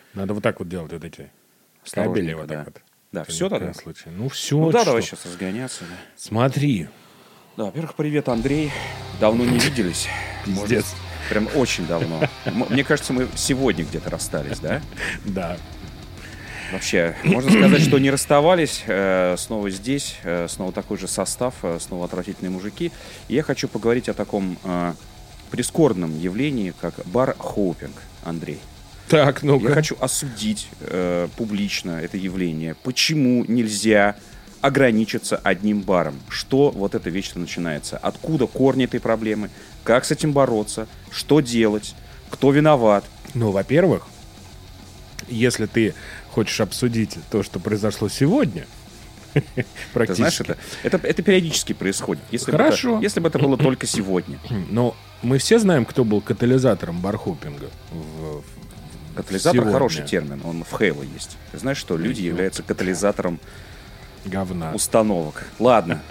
Надо вот так вот делать, вот эти кабели вот так вот. Да, все тогда? Ну, все. Ну да, давай сейчас разгоняться. Да. Смотри. Да, во-первых, привет, Андрей. Давно не виделись. Пиздец. Прям очень давно. Мне кажется, мы сегодня где-то расстались, да? Да. Вообще, можно сказать, что не расставались. Снова здесь, снова такой же состав, снова отвратительные мужики. И я хочу поговорить о таком прискорбном явлении, как бар-хоупинг, Андрей. Так, ну-ка. Я хочу осудить публично это явление. Почему нельзя ограничиться одним баром? Что вот это вечно начинается? Откуда корни этой проблемы? Как с этим бороться? Что делать? Кто виноват? Ну, во-первых, если ты хочешь обсудить то, что произошло сегодня, ты знаешь, это периодически происходит. Хорошо. Если бы это было только сегодня. Но мы все знаем, кто был катализатором бархопинга. Катализатор — хороший термин, он в Halo есть. Ты знаешь, что люди являются катализатором говна. Установок. Ладно.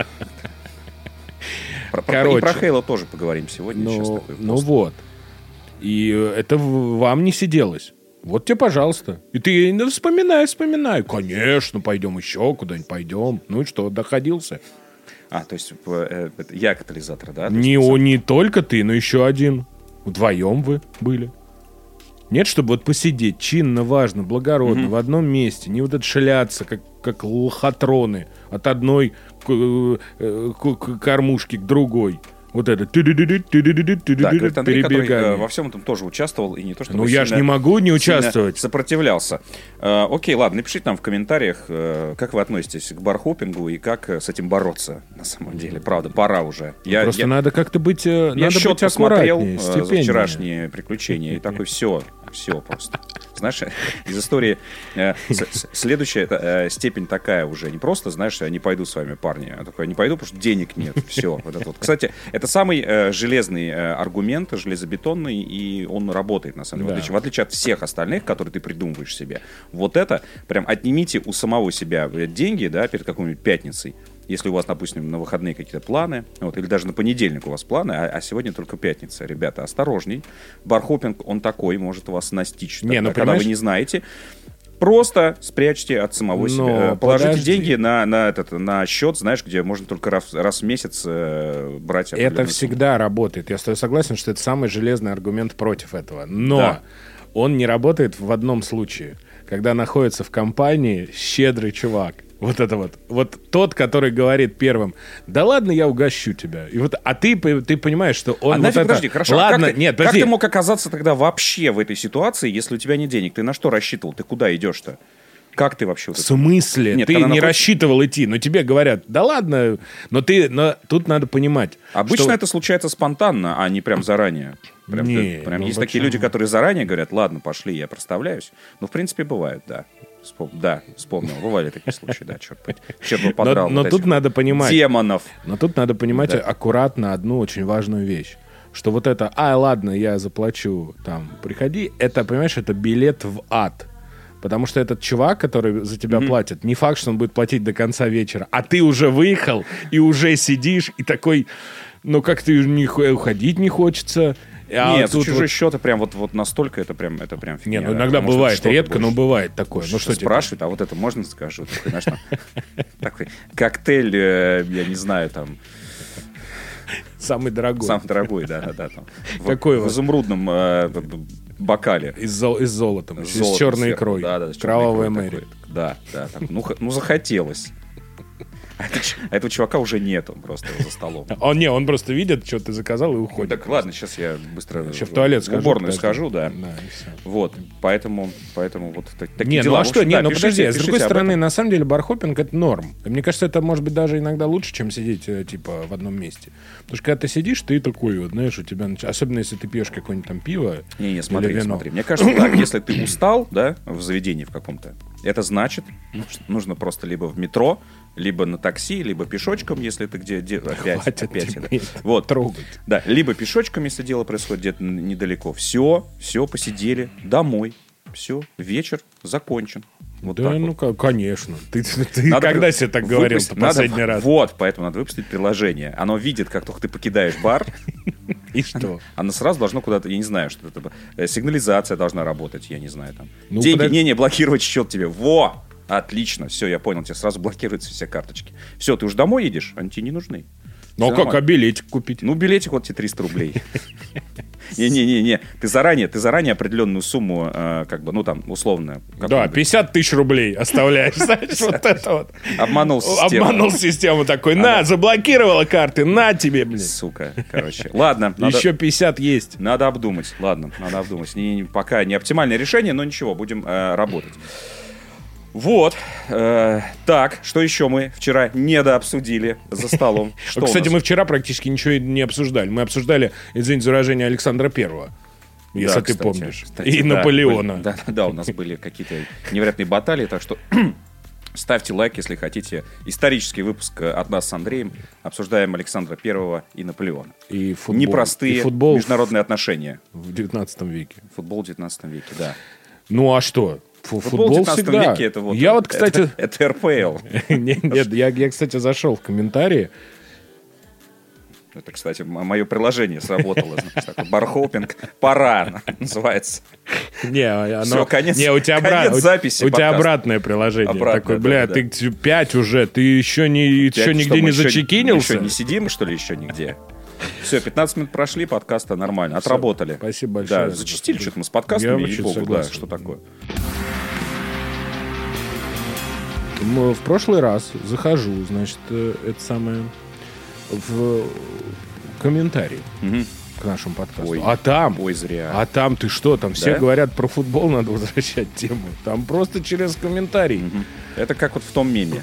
Короче, и про Halo тоже поговорим сегодня. Ну вот. И это вам не сиделось. Вот тебе, пожалуйста. И ты вспоминай. Конечно, пойдем еще куда-нибудь пойдем. Ну и что, доходился? То есть я катализатор, да? Не только ты, но еще один. Вдвоем вы были. Нет, чтобы вот посидеть чинно, важно, благородно, в одном месте, не вот это шляться, как лохотроны, от одной кормушки к другой. Вот это говорит Андрей, который во всем этом тоже участвовал, и не то, что... Ну, я же не могу не участвовать. Сопротивлялся. Окей, ладно, напишите нам в комментариях, как вы относитесь к бархопингу и как с этим бороться, на самом деле. Правда, пора уже. Просто надо как-то быть аккуратнее, я счет посмотрел за вчерашние приключения, и такой, все просто. Знаешь, из истории следующая степень такая уже. Не просто, знаешь, я не пойду с вами, парни. Я такой, не пойду, потому что денег нет. Все. Вот это вот. Кстати, это самый железный аргумент, железобетонный, и он работает, на самом деле. Да. В отличие от всех остальных, которые ты придумываешь себе. Вот это, прям отнимите у самого себя деньги, да, перед какой-нибудь пятницей. Если у вас, допустим, на выходные какие-то планы, или даже на понедельник у вас планы, а сегодня только пятница. Ребята, осторожней. Бархопинг, он такой, может вас настичь. Когда вы не знаете. Просто спрячьте от самого себя. Положите деньги на счет, знаешь, где можно только раз в месяц брать. Это всегда работает. Я с тобой согласен, что это самый железный аргумент против этого. Но он не работает в одном случае. Когда находится в компании щедрый чувак. Вот это вот. Вот тот, который говорит первым: да ладно, я угощу тебя. И вот, ты понимаешь, что он... Подожди, хорошо. Ладно, как ты мог оказаться тогда вообще в этой ситуации, если у тебя нет денег? Ты на что рассчитывал? Ты куда идешь-то? Как ты вообще... В смысле? Нет, ты не рассчитывал идти, но тебе говорят: да ладно, но тут надо понимать. Обычно это случается спонтанно, а не прям заранее. Есть такие люди, которые заранее говорят: ладно, пошли, я проставляюсь. Ну, в принципе, бывает, да. Вспомнил. Бывали такие случаи, да, черт бы подрал. Но тут надо понимать... Демонов. Но тут надо понимать аккуратно одну очень важную вещь. Что вот это: ладно, я заплачу, там, приходи. Это, понимаешь, это билет в ад. Потому что этот чувак, который за тебя платит, не факт, что он будет платить до конца вечера. А ты уже выехал и уже сидишь, и такой... Ну, как-то уходить не хочется... Нет, тут чужие счеты прям вот настолько это прям фигня. Не, ну иногда бывает, редко, но бывает такое. Ну что спрашивают, а вот это можно скажу? Такой коктейль, я не знаю, там... Самый дорогой. Самый дорогой, да. Какой в изумрудном бокале. И с золотом, с черной икрой. Да, Кровавая Мэри. Да. Ну, захотелось. А этого чувака уже нет, он просто за столом. Он просто видит, что ты заказал, и уходит. Так, ладно, сейчас я быстро в туалет схожу, в уборную схожу, да. Вот, поэтому вот такие дела. Ну а что, подожди, с другой стороны, на самом деле бархопинг — это норм. Мне кажется, это может быть даже иногда лучше, чем сидеть, типа, в одном месте. Потому что когда ты сидишь, ты такой, вот, знаешь, у тебя... Особенно, если ты пьешь какое-нибудь там пиво или вино. Смотри. Мне кажется, так, если ты устал, да, в заведении в каком-то, это значит, нужно просто либо в метро, либо на такси, либо пешочком, если это опять. Вот. Трогать. Да, либо пешочком, если дело происходит где-то недалеко. Все, посидели, домой. Все, вечер закончен. Вот да, ну, вот. Конечно. Ты когда себе так говорил последний раз? Вот, поэтому надо выпустить приложение. Оно видит, как только ты покидаешь бар. И что? Оно сразу должно куда-то, я не знаю, что это. Сигнализация должна работать, я не знаю. Там. Ну, деньги, не, блокировать счет тебе. Во! Отлично, все, я понял, тебе сразу блокируются все карточки. Все, ты уже домой едешь, они тебе не нужны. Ну, а как, а билетик купить? Ну, билетик, вот тебе 300 рублей. Не-не-не, ты заранее определенную сумму, как бы, ну, там, условно. Да, 50 тысяч рублей оставляешь, знаешь, вот это вот. Обманул систему. Обманул систему такой, на, заблокировала карты, на тебе, блин. Сука, короче. Ладно. Еще 50 есть. Надо обдумать, ладно, надо обдумать. Пока не оптимальное решение, но ничего, будем работать. Вот. Так, что еще мы вчера недообсудили за столом? Кстати, мы вчера практически ничего не обсуждали. Мы обсуждали, извините за выражение, Александра Первого. Если ты помнишь. И Наполеона. Да, у нас были какие-то невероятные баталии, так что ставьте лайк, если хотите. Исторический выпуск от нас с Андреем. Обсуждаем Александра Первого и Наполеона. И футбол. Непростые международные отношения. В 19 веке. Футбол в 19 веке, да. Ну а что? Футбол в 19 всегда. веке это вот... Я вот, кстати... Это РПЛ. Нет, я, кстати, зашел в комментарии. Это, кстати, мое приложение сработало. Бархопинг. Пора называется. Все, конец записи. У тебя обратное приложение. Такой, бля, ты 5 уже, ты еще нигде не зачекинился? Еще не сидим, что ли, еще нигде? Все, 15 минут прошли, подкаста нормально. Отработали. Спасибо большое. Да, зачастили что-то мы с подкастами, ей-богу, да, что такое. В прошлый раз захожу, значит, это самое, в комментарии к нашему подкасту. Зря. А там ты что? Там все говорят про футбол, надо возвращать тему. Там просто через комментарий. Это как вот в том меме.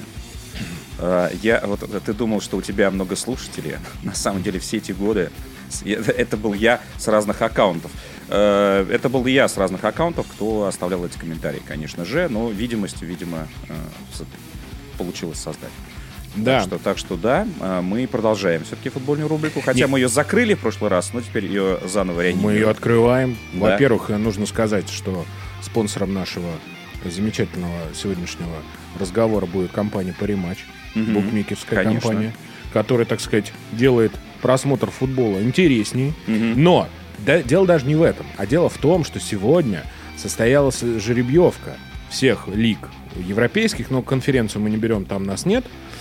Ты думал, что у тебя много слушателей. На самом деле все эти годы это был я с разных аккаунтов. Это был я с разных аккаунтов, кто оставлял эти комментарии, конечно же, но видимость, видимо, получилось создать. Да. Так что да, мы продолжаем все-таки футбольную рубрику, хотя мы ее закрыли в прошлый раз, но теперь ее заново реанимируем. Мы ее открываем. Да. Во-первых, нужно сказать, что спонсором нашего замечательного сегодняшнего разговора будет компания Parimatch, букмекерская компания, которая, так сказать, делает просмотр футбола интереснее. Но дело даже не в этом, а дело в том, что сегодня состоялась жеребьевка всех лиг европейских, но конференцию мы не берем, там нас нет.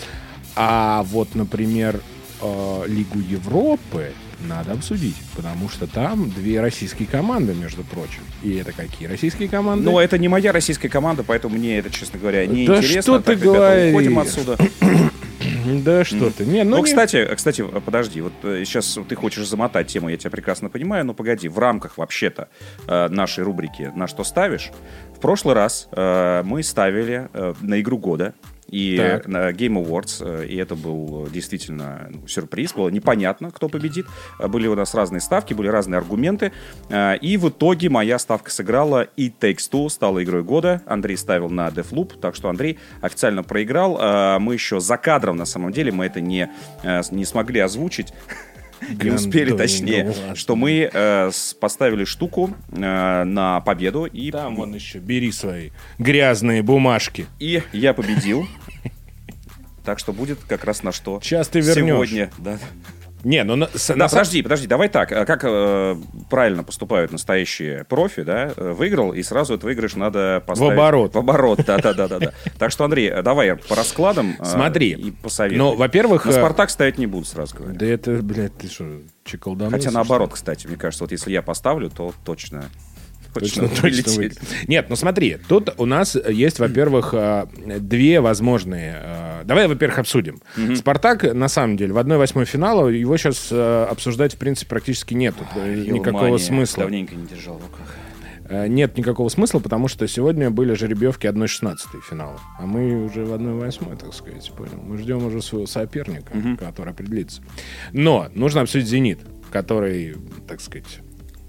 А вот, например, Лигу Европы надо обсудить, потому что там 2 российские команды, между прочим. И это какие российские команды? Ну, это не моя российская команда, поэтому мне это, честно говоря, не да интересно. Что ты говоришь? Уходим отсюда. Да что ты. Кстати, подожди, вот сейчас ты хочешь замотать тему, я тебя прекрасно понимаю, но погоди, в рамках вообще-то нашей рубрики «На что ставишь?» в прошлый раз мы ставили на игру года и на Game Awards, и это был действительно сюрприз, было непонятно, кто победит, были у нас разные ставки, были разные аргументы, и в итоге моя ставка сыграла, и It Takes Two стала игрой года, Андрей ставил на Deathloop, так что Андрей официально проиграл, мы еще за кадром, на самом деле, мы это не смогли озвучить, не успели, точнее, что мы поставили штуку на победу. И там вон еще, бери свои грязные бумажки. И я победил. Так что будет как раз на что сейчас ты вернешь. Сегодня. Да. Не, ну... Подожди, давай так. Как правильно поступают настоящие профи, да? Выиграл, и сразу этот выигрыш надо поставить... В оборот, да. Так что, Андрей, давай по раскладам смотри, и посоветуй. Ну, во-первых... На «Спартак» ставить не буду, сразу говорю. Да это, блядь, ты что, чеколданулся? Хотя наоборот, кстати, мне кажется, вот если я поставлю, то точно выйдет. Нет, ну смотри, тут у нас есть, во-первых, 2 возможные... Давай, во-первых, обсудим. «Спартак», на самом деле, в 1/8 финала его сейчас обсуждать, в принципе, практически нет никакого смысла. Давненько не держал в руках. Нет никакого смысла, потому что сегодня были жеребьевки 1/16 финала. А мы уже в 1/8, так сказать, понял. Мы ждем уже своего соперника, который определится. Но нужно обсудить «Зенит», который, так сказать...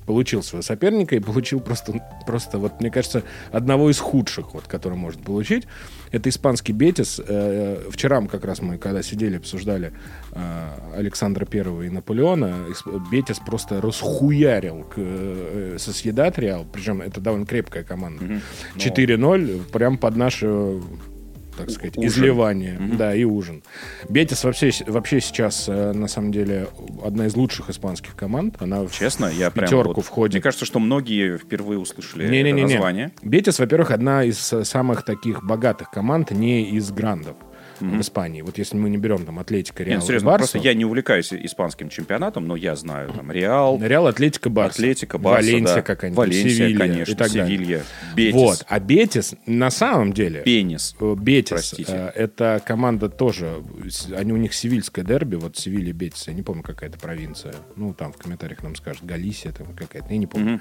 получил своего соперника и получил просто вот, мне кажется, одного из худших, вот, который может получить. Это испанский Бетис. Вчера как раз мы, когда сидели, обсуждали Александра I и Наполеона, Бетис просто расхуярил Сосьедад Реал, причем это довольно крепкая команда. 4-0, прям под наше... так сказать, ужин. Изливание, да, и ужин. Бетис вообще сейчас, на самом деле, одна из лучших испанских команд. Она честно, в пятерку входит. Мне кажется, что многие впервые услышали это название. Бетис, во-первых, одна из самых таких богатых команд, не из грандов. В Испании. Вот если мы не берем там Атлетико, Реал, серьезно, Барсу. просто я не увлекаюсь испанским чемпионатом, но я знаю там Реал, Атлетико, Барса, Валенсия, да. Какая-нибудь, Валенсия, Севилья, конечно, и так Севилья, Бетис. Вот. А Бетис на самом деле... Бетис, простите. Это команда тоже... у них севильское дерби, вот Севилья, Бетис, я не помню, какая это провинция. Ну, там в комментариях нам скажут, Галисия там какая-то, я не помню.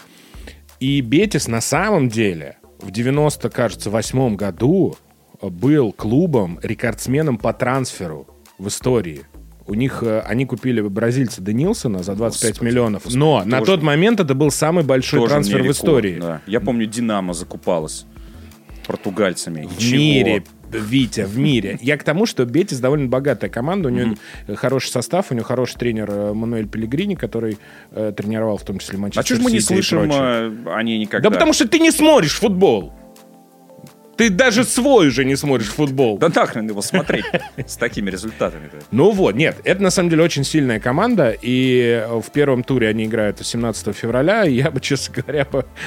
И Бетис на самом деле в 98 году был клубом, рекордсменом по трансферу в истории. У них, они купили бразильца Денилсона за 25 миллионов. Но на тот момент это был самый большой трансфер в истории. Да. Я помню, Динамо закупалась португальцами. В мире, Витя, в мире. Я к тому, что Бетис довольно богатая команда. У него хороший состав, у него хороший тренер Мануэль Пеллегрини, который тренировал в том числе Манчестер Сити. А что же мы не слышим о ней никогда? Да потому что ты не смотришь футбол. Ты даже свой уже не смотришь футбол. Да нахрен его смотреть с такими результатами. Ну вот, нет, это на самом деле очень сильная команда, и в первом туре они играют 17 февраля, и я бы, честно говоря,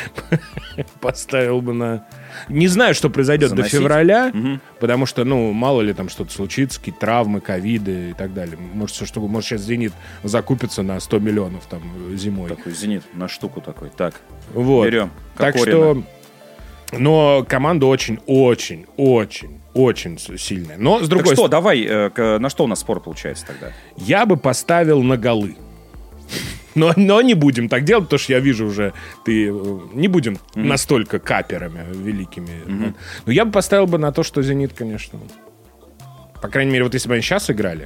поставил бы на... Не знаю, что произойдет до февраля, потому что, ну, мало ли там что-то случится, какие-то травмы, ковиды и так далее. Может, сейчас «Зенит» закупится на 100 миллионов там зимой. Такой «Зенит» на штуку такой. Так, вот. Берем. Так что... Но команда очень сильная. Но с другой стороны... давай, на что у нас спор получается тогда? Я бы поставил на голы. Но не будем так делать, потому что я вижу уже, не будем настолько каперами великими. Но я бы поставил бы на то, что «Зенит», конечно. По крайней мере, вот если бы они сейчас играли,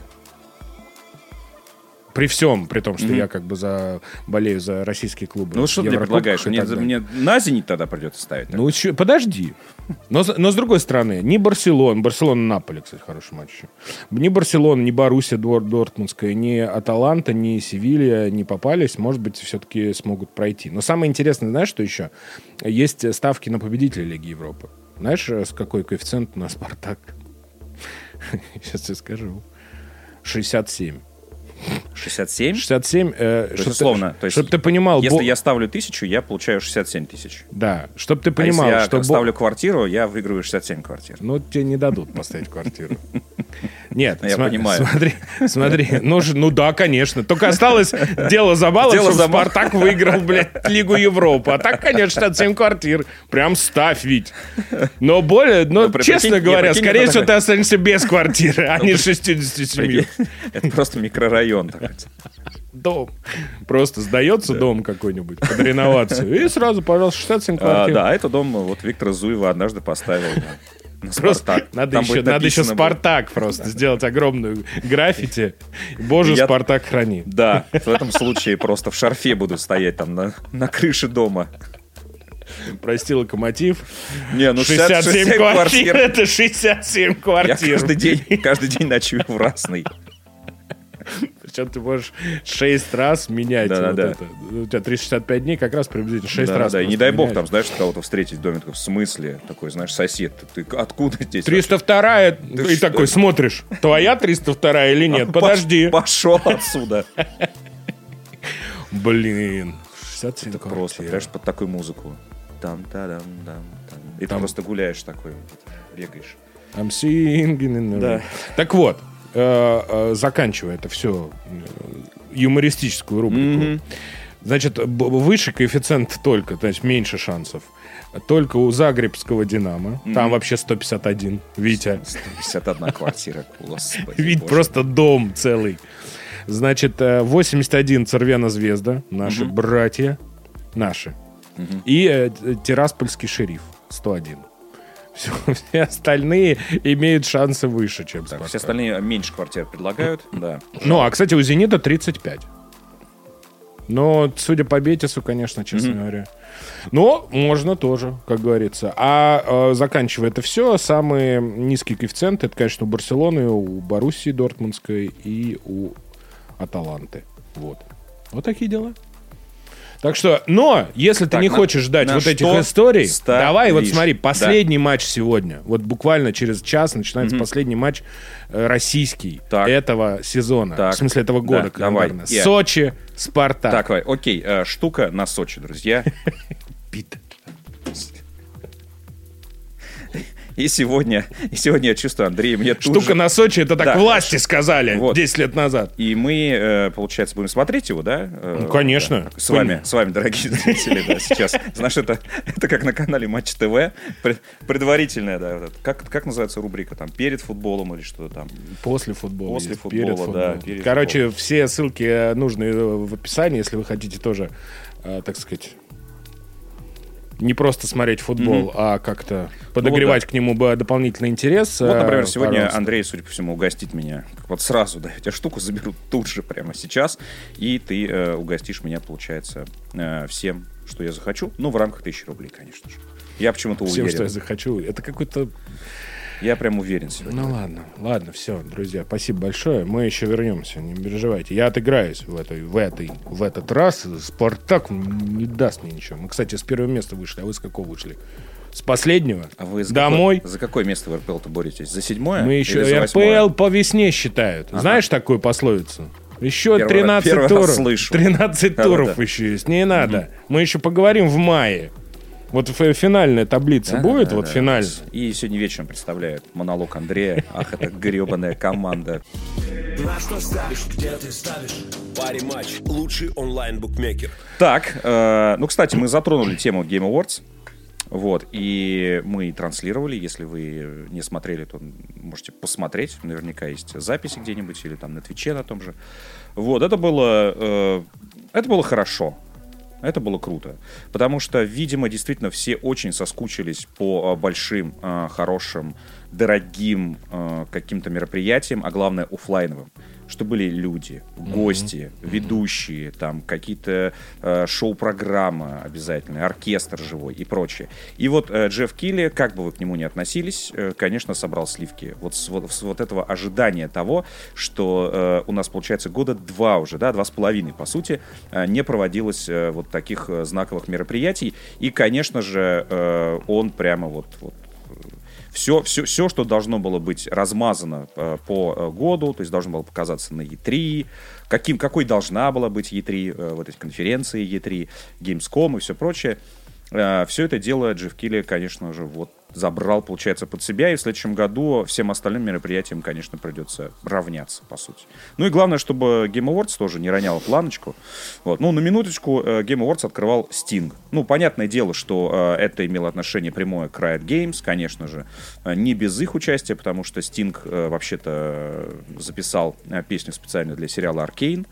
при всем, при том, что я как бы болею за российские клубы. Ну что ты мне предлагаешь? Мне на «Зенит» тогда придется ставить? Так? Ну, подожди. Но с другой стороны, ни Барселона-Наполе, кстати, хороший матч еще. Ни Барселона, ни Боруссия Дортмундская, ни Аталанта, ни Севилья не попались. Может быть, все-таки смогут пройти. Но самое интересное, знаешь, что еще? Есть ставки на победителя Лиги Европы. Знаешь, с какой коэффициент на «Спартак»? Сейчас тебе скажу. 67. 67? 67. Условно. Чтобы ты понимал... Если я ставлю 1000, я получаю 67 тысяч. Да. Чтобы ты понимал, если что... я ставлю квартиру, я выигрываю 67 квартир. Ну, тебе не дадут поставить квартиру. Нет, я понимаю. Смотри. Ну да, конечно. Только осталось дело за баллом, чтобы «Спартак» выиграл, блядь, Лигу Европы. А так, конечно, 67 квартир. Прям ставь, Вить. Но честно говоря, скорее всего, ты останешься без квартиры, а не 67. Это просто микрорайон. Дом. Просто сдается дом какой-нибудь под реновацию. И сразу, пожалуйста, 67 квартир. Да, это дом вот Виктора Зуева однажды поставил на «Спартак». Надо еще «Спартак» просто сделать огромную граффити. Боже, «Спартак» храни. Да, в этом случае просто в шарфе буду стоять там на крыше дома. Прости, «Локомотив». Не, 67 квартир. Это 67 квартир. Я каждый день ночую в разный. Причем ты можешь 6 раз менять это. У тебя 365 дней, как раз приблизительно 6 раз. Да, и не дай бог там, знаешь, кого-то встретить в доме, в смысле, такой, знаешь, сосед, ты откуда здесь? 302-я, и такой смотришь, твоя 302-я или нет? Подожди. Пошел отсюда. Блин, 67 это просто, понимаешь, под такую музыку. Там-та-дам-дам-дам. И ты просто гуляешь такой, бегаешь. I'm singing in the rain. Так вот, заканчивая это все юмористическую рубрику. Значит, выше коэффициент только, то есть меньше шансов. Только у загребского «Динамо». Там вообще 151, Витя. 151 квартира, господи. Вид просто дом целый. Значит, 81 «Цервена Звезда», наши братья, наши. И Тираспольский «Шериф», 101. Все остальные имеют шансы выше, чем «Спартак». Все остальные меньше квартир предлагают, да. Ну, а, кстати, у «Зенита» 35. Но, судя по Бетису, конечно, честно говоря. Но можно тоже, как говорится. А заканчивая это все, самые низкие коэффициенты, это, конечно, у Барселоны, у Боруссии Дортмундской и у Аталанты. Вот. Вот такие дела. Так что, но, если ты не хочешь ждать вот этих историй, давай, вот смотри, последний матч сегодня. Вот буквально через час начинается последний матч российский этого сезона. В смысле, этого года, наверное. Сочи, Спартак. Так, окей, штука на Сочи, друзья. Пита. И сегодня я чувствую, Андрей, мне тут штука на Сочи, это так власти сказали 10 лет назад. И мы, получается, будем смотреть его, да? Ну, конечно. С вами, дорогие зрители, да, сейчас. Знаешь, это как на канале Матч ТВ, предварительная, да. Как называется рубрика? Там, перед футболом или что-то там? После футбола. После футбола, да. Короче, все ссылки нужны в описании, если вы хотите тоже, так сказать... Не просто смотреть футбол, а как-то подогревать к нему дополнительный интерес. Вот, например, сегодня Андрей, судя по всему, угостит меня. Вот сразу, да, я тебя штуку заберу тут же, прямо сейчас. И ты угостишь меня, получается, всем, что я захочу. Ну, в рамках 1000 рублей, конечно же. Я почему-то уверен. Всем, что я захочу. Это какой-то... Я прям уверен сегодня. Ну ладно, все, друзья, спасибо большое. Мы еще вернемся, не переживайте. Я отыграюсь в этот раз. Спартак не даст мне ничего. Мы, кстати, с первого места вышли, а вы с какого вышли? С последнего? А вы домой? За какое место в РПЛ-то боретесь? За 7-е? Мы еще РПЛ по весне считают. Ага. Знаешь такую пословицу? Еще 13 туров. 13 туров еще есть. Не надо. Мы еще поговорим в мае. Вот финальная таблица будет, финальная. И сегодня вечером представляют монолог Андрея. Ах, это гребаная команда. На что ставишь, где ты ставишь? Париматч, лучший онлайн-букмекер. Так, ну, кстати, мы затронули тему Game Awards. Вот, и мы транслировали. Если вы не смотрели, то можете посмотреть. Наверняка есть записи где-нибудь или там на Твиче на том же. Вот, это было хорошо. Это было круто, потому что, видимо, действительно все очень соскучились по большим, хорошим, дорогим каким-то мероприятиям, а главное офлайновым, что были люди, гости, ведущие, там какие-то шоу-программы обязательные, оркестр живой и прочее. И вот Джефф Килли, как бы вы к нему ни относились, конечно, собрал сливки. Вот с вот этого ожидания того, что у нас, получается, года 2 уже, да, 2,5, по сути, не проводилось вот таких знаковых мероприятий. И, конечно же, он прямо вот все, что должно было быть размазано по году, то есть должно было показаться на E3, какой должна была быть E3, в этой конференции E3, Gamescom и все прочее. Все это дело Джефф Килли, конечно же, вот забрал, получается, под себя, и в следующем году всем остальным мероприятиям, конечно, придется равняться, по сути. Ну и главное, чтобы Game Awards тоже не роняла планочку. Вот. Ну, на минуточку, Game Awards открывал Sting. Ну, понятное дело, что это имело отношение прямое к Riot Games, конечно же, не без их участия, потому что Sting вообще-то записал песню специально для сериала Arcane,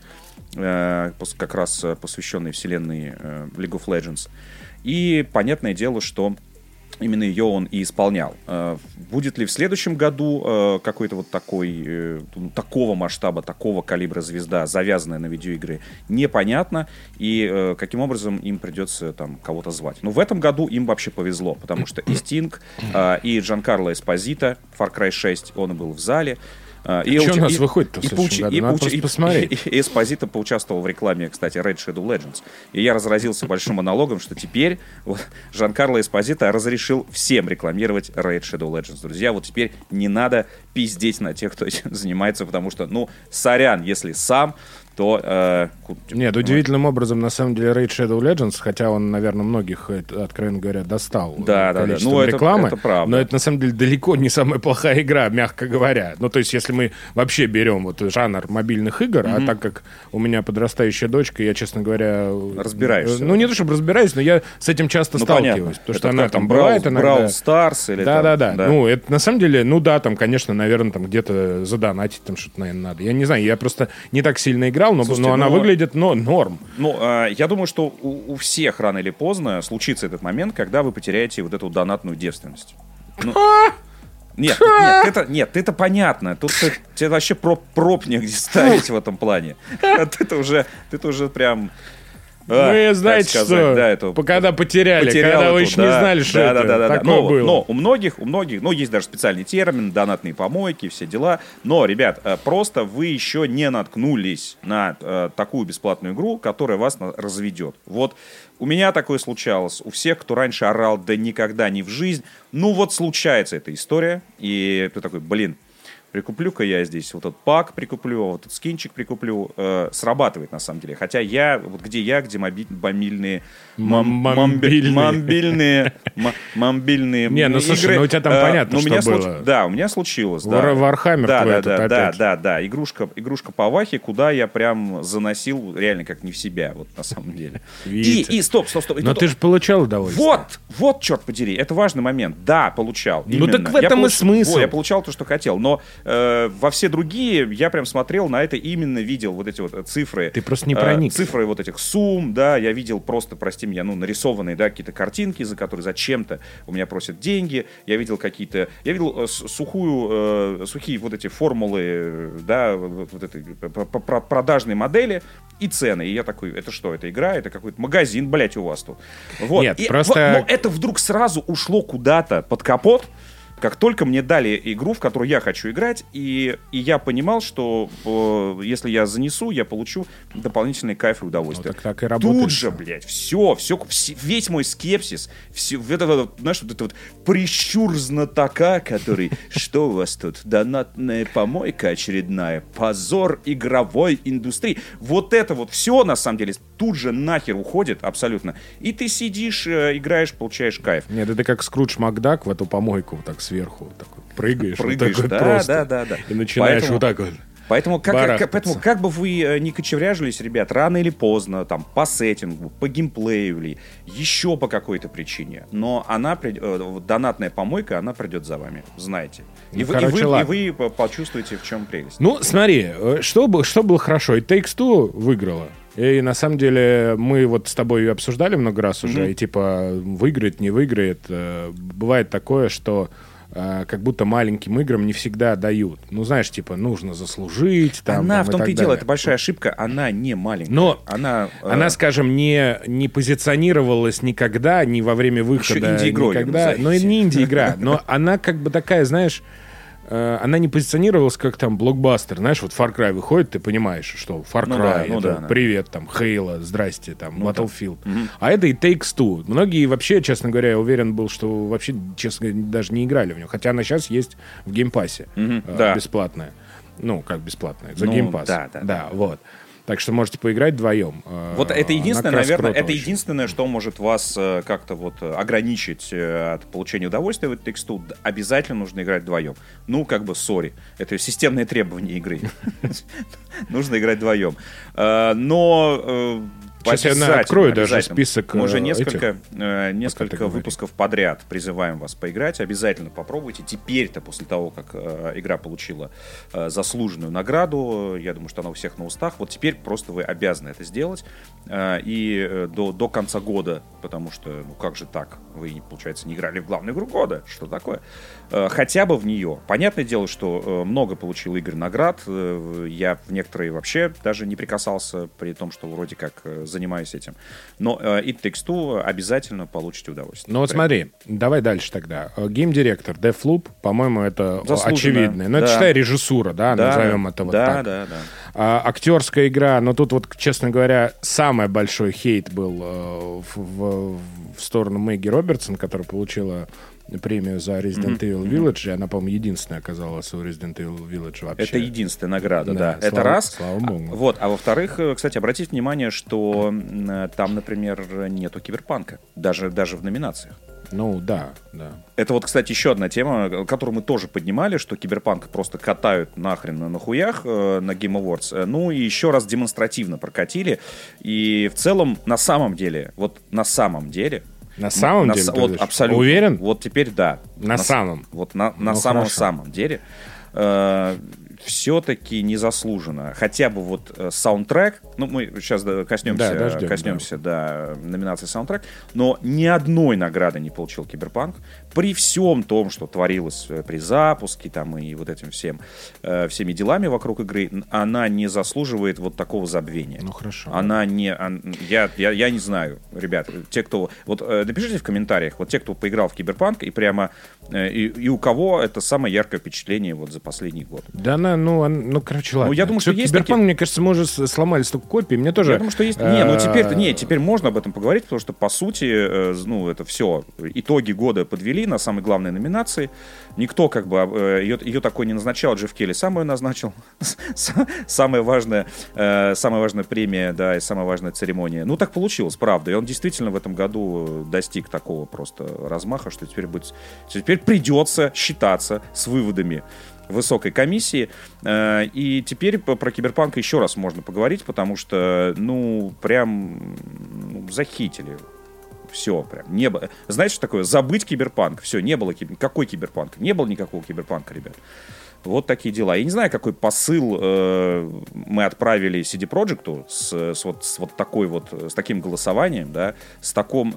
как раз посвященной вселенной League of Legends. И понятное дело, что именно ее он и исполнял. Будет ли в следующем году какой-то вот такого масштаба, такого калибра звезда, завязанная на видеоигры, непонятно. И каким образом им придется там кого-то звать. Но в этом году им вообще повезло, потому что и Sting, и Джанкарло Эспозито, Far Cry 6, он и был в зале. И что у нас выходит-то в следующем году? Надо просто посмотреть. И Эспозито поучаствовал в рекламе, кстати, Raid Shadow Legends. И я разразился большим монологом, что теперь вот, Жан-Карло Эспозито разрешил всем рекламировать Raid Shadow Legends. Друзья, вот теперь не надо пиздеть на тех, кто этим занимается, потому что, ну, сорян, если сам, то... Нет, удивительным образом, на самом деле, Raid Shadow Legends, хотя он, наверное, многих, откровенно говоря, достал количеством рекламы, это правда. Но это, на самом деле, далеко не самая плохая игра, мягко говоря. Ну, то есть, если мы вообще берем вот жанр мобильных игр, а так как у меня подрастающая дочка, я, честно говоря... Разбираешься. Ну, не то, чтобы разбираюсь, но я с этим часто сталкиваюсь. Понятно. Потому что она там бывает иногда... Brawl Stars или Да. Ну, это, на самом деле, ну да, там, конечно, наверное, там где-то задонатить там что-то, наверное, надо. Я не знаю, я просто не так сильно играл, но она выглядит, норм. Ну, я думаю, что у всех рано или поздно случится этот момент, когда вы потеряете вот эту донатную девственность. Нет, это понятно. Тут тебе вообще проб негде ставить в этом плане. Ты уже прям... Мы, знаете, что, да, это когда потерял эту, когда вы еще не знали, что это такое было. Но у многих, ну, есть даже специальный термин, донатные помойки, все дела. Но, ребят, просто вы еще не наткнулись на такую бесплатную игру, которая вас разведет. Вот у меня такое случалось. У всех, кто раньше орал, да никогда не в жизнь. Ну вот случается эта история. И ты такой, блин, прикуплю-ка я здесь вот этот пак прикуплю, вот этот скинчик прикуплю. Срабатывает на самом деле. Хотя где мобильные Не, ну слушай, ну у тебя там понятно, что было. Да, у меня случилось. Вархаммер твой этот опять. Да. Игрушка по Вахе, куда я прям заносил реально как не в себя, вот на самом деле. И стоп. Но ты же получал удовольствие. Вот, черт подери, это важный момент. Да, получал. Ну так в этом и смысл. Я получал то, что хотел, но во все другие я прям смотрел на это, именно видел вот эти вот цифры. Ты просто не проник. Цифры вот этих сумм, да, я видел просто, прости меня, ну, нарисованные, да, какие-то картинки, за которые зачем-то у меня просят деньги. Я видел сухие вот эти формулы, да, вот этой продажной модели и цены. И я такой, это что, это игра, это какой-то магазин, блядь, у вас тут. Вот. Нет, просто... Но это вдруг сразу ушло куда-то под капот, как только мне дали игру, в которую я хочу играть, и я понимал, что если я занесу, я получу дополнительный кайф и удовольствие. Ну, так и работает. Тут же, блядь, весь мой скепсис, знаешь, вот это вот прищур знатока, который, что у вас тут, донатная помойка очередная, позор игровой индустрии. Вот это вот все, на самом деле, тут же нахер уходит абсолютно. И ты сидишь, играешь, получаешь кайф. Нет, это как Скрудж Макдак в эту помойку так сверху так вот прыгаешь вот так вот да, просто, да. и начинаешь вот так вот. Поэтому как бы вы не кочевряжились, ребят, рано или поздно, там, по сеттингу, по геймплею или еще по какой-то причине, но донатная помойка, она придет за вами, знаете. И вы почувствуете, в чем прелесть. Ну, смотри, что было хорошо, и Takes-Two выиграла. И на самом деле мы вот с тобой обсуждали много раз уже, и типа выиграет, не выиграет. Бывает такое, что как будто маленьким играм не всегда дают. Ну, знаешь, типа, нужно заслужить. Она, в том-то и дело, это большая ошибка, она не маленькая. Но она, скажем, не позиционировалась никогда, ни во время выхода, никогда. Но и не инди-игра. Но она как бы такая, знаешь... Она не позиционировалась как там блокбастер. Знаешь, вот Far Cry выходит, ты понимаешь, что Far Cry, привет, там, Halo, здрасте, там, Battlefield. А это и Takes-Two. Многие вообще, честно говоря, я уверен был, что вообще, честно говоря, даже не играли в него. Хотя она сейчас есть в геймпассе. Бесплатная. Ну, как бесплатная, за геймпасс. Да, вот. Так что можете поиграть вдвоем. Вот это единственное, наверное, это единственное, что может вас как-то вот ограничить от получения удовольствия в этот тексту. Обязательно нужно играть вдвоем. Ну, как бы, сори. Это системное требование игры. Нужно играть вдвоем. Но... Сейчас я открою даже список. Мы уже несколько выпусков подряд призываем вас поиграть. Обязательно попробуйте. Теперь-то, после того, как игра получила заслуженную награду, я думаю, что она у всех на устах, вот теперь просто вы обязаны это сделать. И до конца года, потому что, ну как же так? Вы, получается, не играли в главную игру года. Что такое? Хотя бы в нее. Понятное дело, что много получил игр наград. Я в некоторые вообще даже не прикасался, при том, что вроде как занимаюсь этим. Но It Takes Two обязательно получите удовольствие. Ну вот смотри, давай дальше тогда. Гейм-директор Deathloop, по-моему, это очевидно. Но это, считай, режиссура, да? Назовем это вот так. Да. Актерская игра, но тут вот, честно говоря, самый большой хейт был в сторону Мэгги Робертсон, которая получила премию за Resident Evil Village, и она, по-моему, единственная оказалась у Resident Evil Village вообще. Это единственная награда, да. Это раз. Слава богу. Вот, а во-вторых, кстати, обратите внимание, что там, например, нету киберпанка, даже в номинациях. Ну, да. Это вот, кстати, еще одна тема, которую мы тоже поднимали, что киберпанк просто катают нахрен на хуях на Game Awards. Ну, и еще раз демонстративно прокатили. И в целом, на самом деле... Вот, абсолютно. Уверен? Вот теперь да. На самом. Вот на самом деле. все-таки незаслуженно. Хотя бы вот саундтрек, ну, мы сейчас коснемся номинации саундтрек, но ни одной награды не получил Киберпанк. При всем том, что творилось при запуске там, и вот этим всеми делами вокруг игры, она не заслуживает вот такого забвения. Ну, хорошо. Она не... Я не знаю, ребят, те, кто... Вот напишите в комментариях, вот те, кто поиграл в Киберпанк, и прямо... И у кого это самое яркое впечатление вот за последний год. Да, короче, ладно. Ну, я думаю, что есть Киберпанк, мне кажется, мы уже сломали столько копий. Мне тоже... Я думаю, что есть... теперь можно об этом поговорить, потому что, по сути, это все. Итоги года подвели на самой главной номинации. Никто как бы ее такой не назначал. Джефф Келли сам ее назначил. Самая важная премия, да, и самая важная церемония. Ну, так получилось, правда. И он действительно в этом году достиг такого просто размаха, что теперь придется считаться с выводами высокой комиссии. И теперь про Киберпанк еще раз можно поговорить, потому что, захитили. Все, прям. Не было. Знаете, что такое? Забыть Киберпанк. Все, не было Какой Киберпанк? Не было никакого Киберпанка, ребят. Вот такие дела. Я не знаю, какой посыл мы отправили CD Projekt'у с таким голосованием, да, с таким,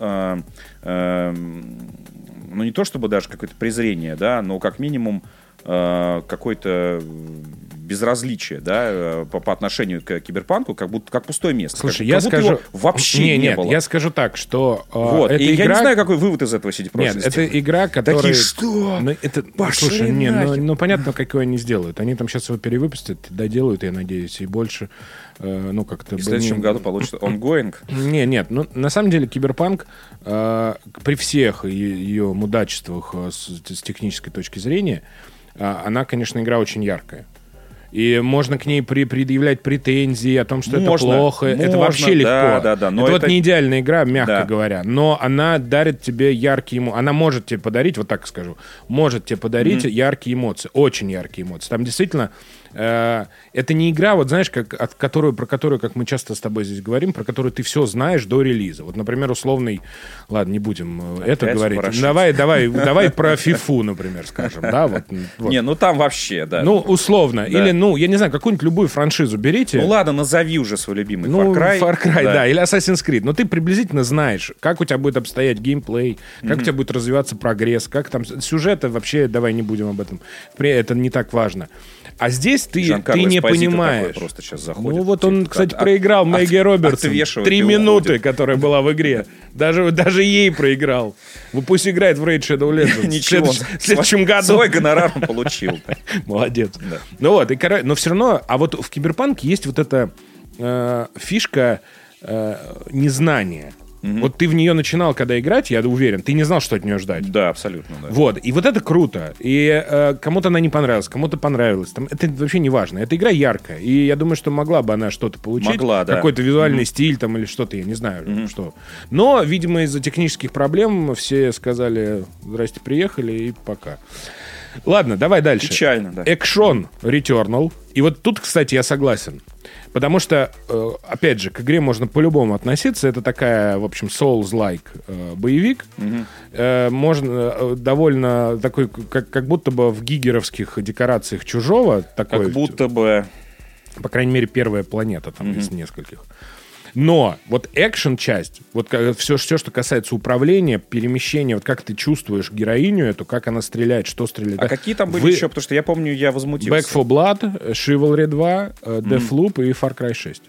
не то чтобы даже какое-то презрение, да, но как минимум какое-то безразличие, да, по отношению к Киберпанку, как пустое место. Слушай, я скажу, его вообще не было. Я скажу так, что эта игра... Я не знаю, какой вывод из этого CD Projekt. Нет, это игра, которая... Такие что? Слушай, понятно, какой они сделают. Они там сейчас его перевыпустят, доделают, я надеюсь, и больше... как-то... И в следующем году получится ongoing? Нет, на самом деле Киберпанк при всех ее мудачествах с технической точки зрения, она, конечно, игра очень яркая. И можно к ней предъявлять претензии о том, что это плохо. Это вообще легко. Да, это вот не идеальная игра, мягко говоря. Но она дарит тебе яркие эмоции. Она может тебе подарить, вот так скажу, может тебе подарить яркие эмоции. Очень яркие эмоции. Там действительно... это не игра, вот знаешь, про которую, как мы часто с тобой здесь говорим, про которую ты все знаешь до релиза. Вот, например, условный... Ладно, не будем это говорить. Давай про FIFA, например, скажем. Да, вот. Не, там вообще, да. Условно. Да. Или, я не знаю, какую-нибудь любую франшизу берите. Ладно, назови уже свой любимый Far Cry. Far Cry, да, или Assassin's Creed. Но ты приблизительно знаешь, как у тебя будет обстоять геймплей, как у тебя будет развиваться прогресс, как там... Сюжеты вообще, давай не будем об этом. Это не так важно. А здесь ты не понимаешь. Просто сейчас заходит. Он, кстати, проиграл Мэгги Робертсон. 3 минуты, которая была в игре. Даже ей проиграл. Пусть играет в Raid Shadow Legends. Ничего. В следующем году. Свой гонорар он получил. Молодец. Но все равно, а вот в Киберпанке есть вот эта фишка незнания. Вот ты в нее начинал, когда играть, я уверен, ты не знал, что от нее ждать. Да, абсолютно. Да. Вот, и вот это круто. И кому-то она не понравилась, кому-то понравилась. Это вообще не важно. Эта игра яркая. И я думаю, что могла бы она что-то получить. Могла, да. Какой-то визуальный стиль там или что-то, я не знаю, что. Но, видимо, из-за технических проблем все сказали, здрасте, приехали и пока. Ладно, давай дальше. Печально, да. Action Returnal. И вот тут, кстати, я согласен. Потому что, опять же, к игре можно по-любому относиться. Это такая, в общем, Souls-like боевик. Можно довольно такой, как будто бы в гигеровских декорациях Чужого. Такой, как будто бы... По крайней мере, первая планета там из нескольких. Но вот экшен-часть, вот все, что касается управления, перемещения, вот как ты чувствуешь героиню эту, как она стреляет, что стреляет. А какие там были еще? Потому что я помню, я возмутился. Back 4 Blood, Chivalry 2, Deathloop и Far Cry 6.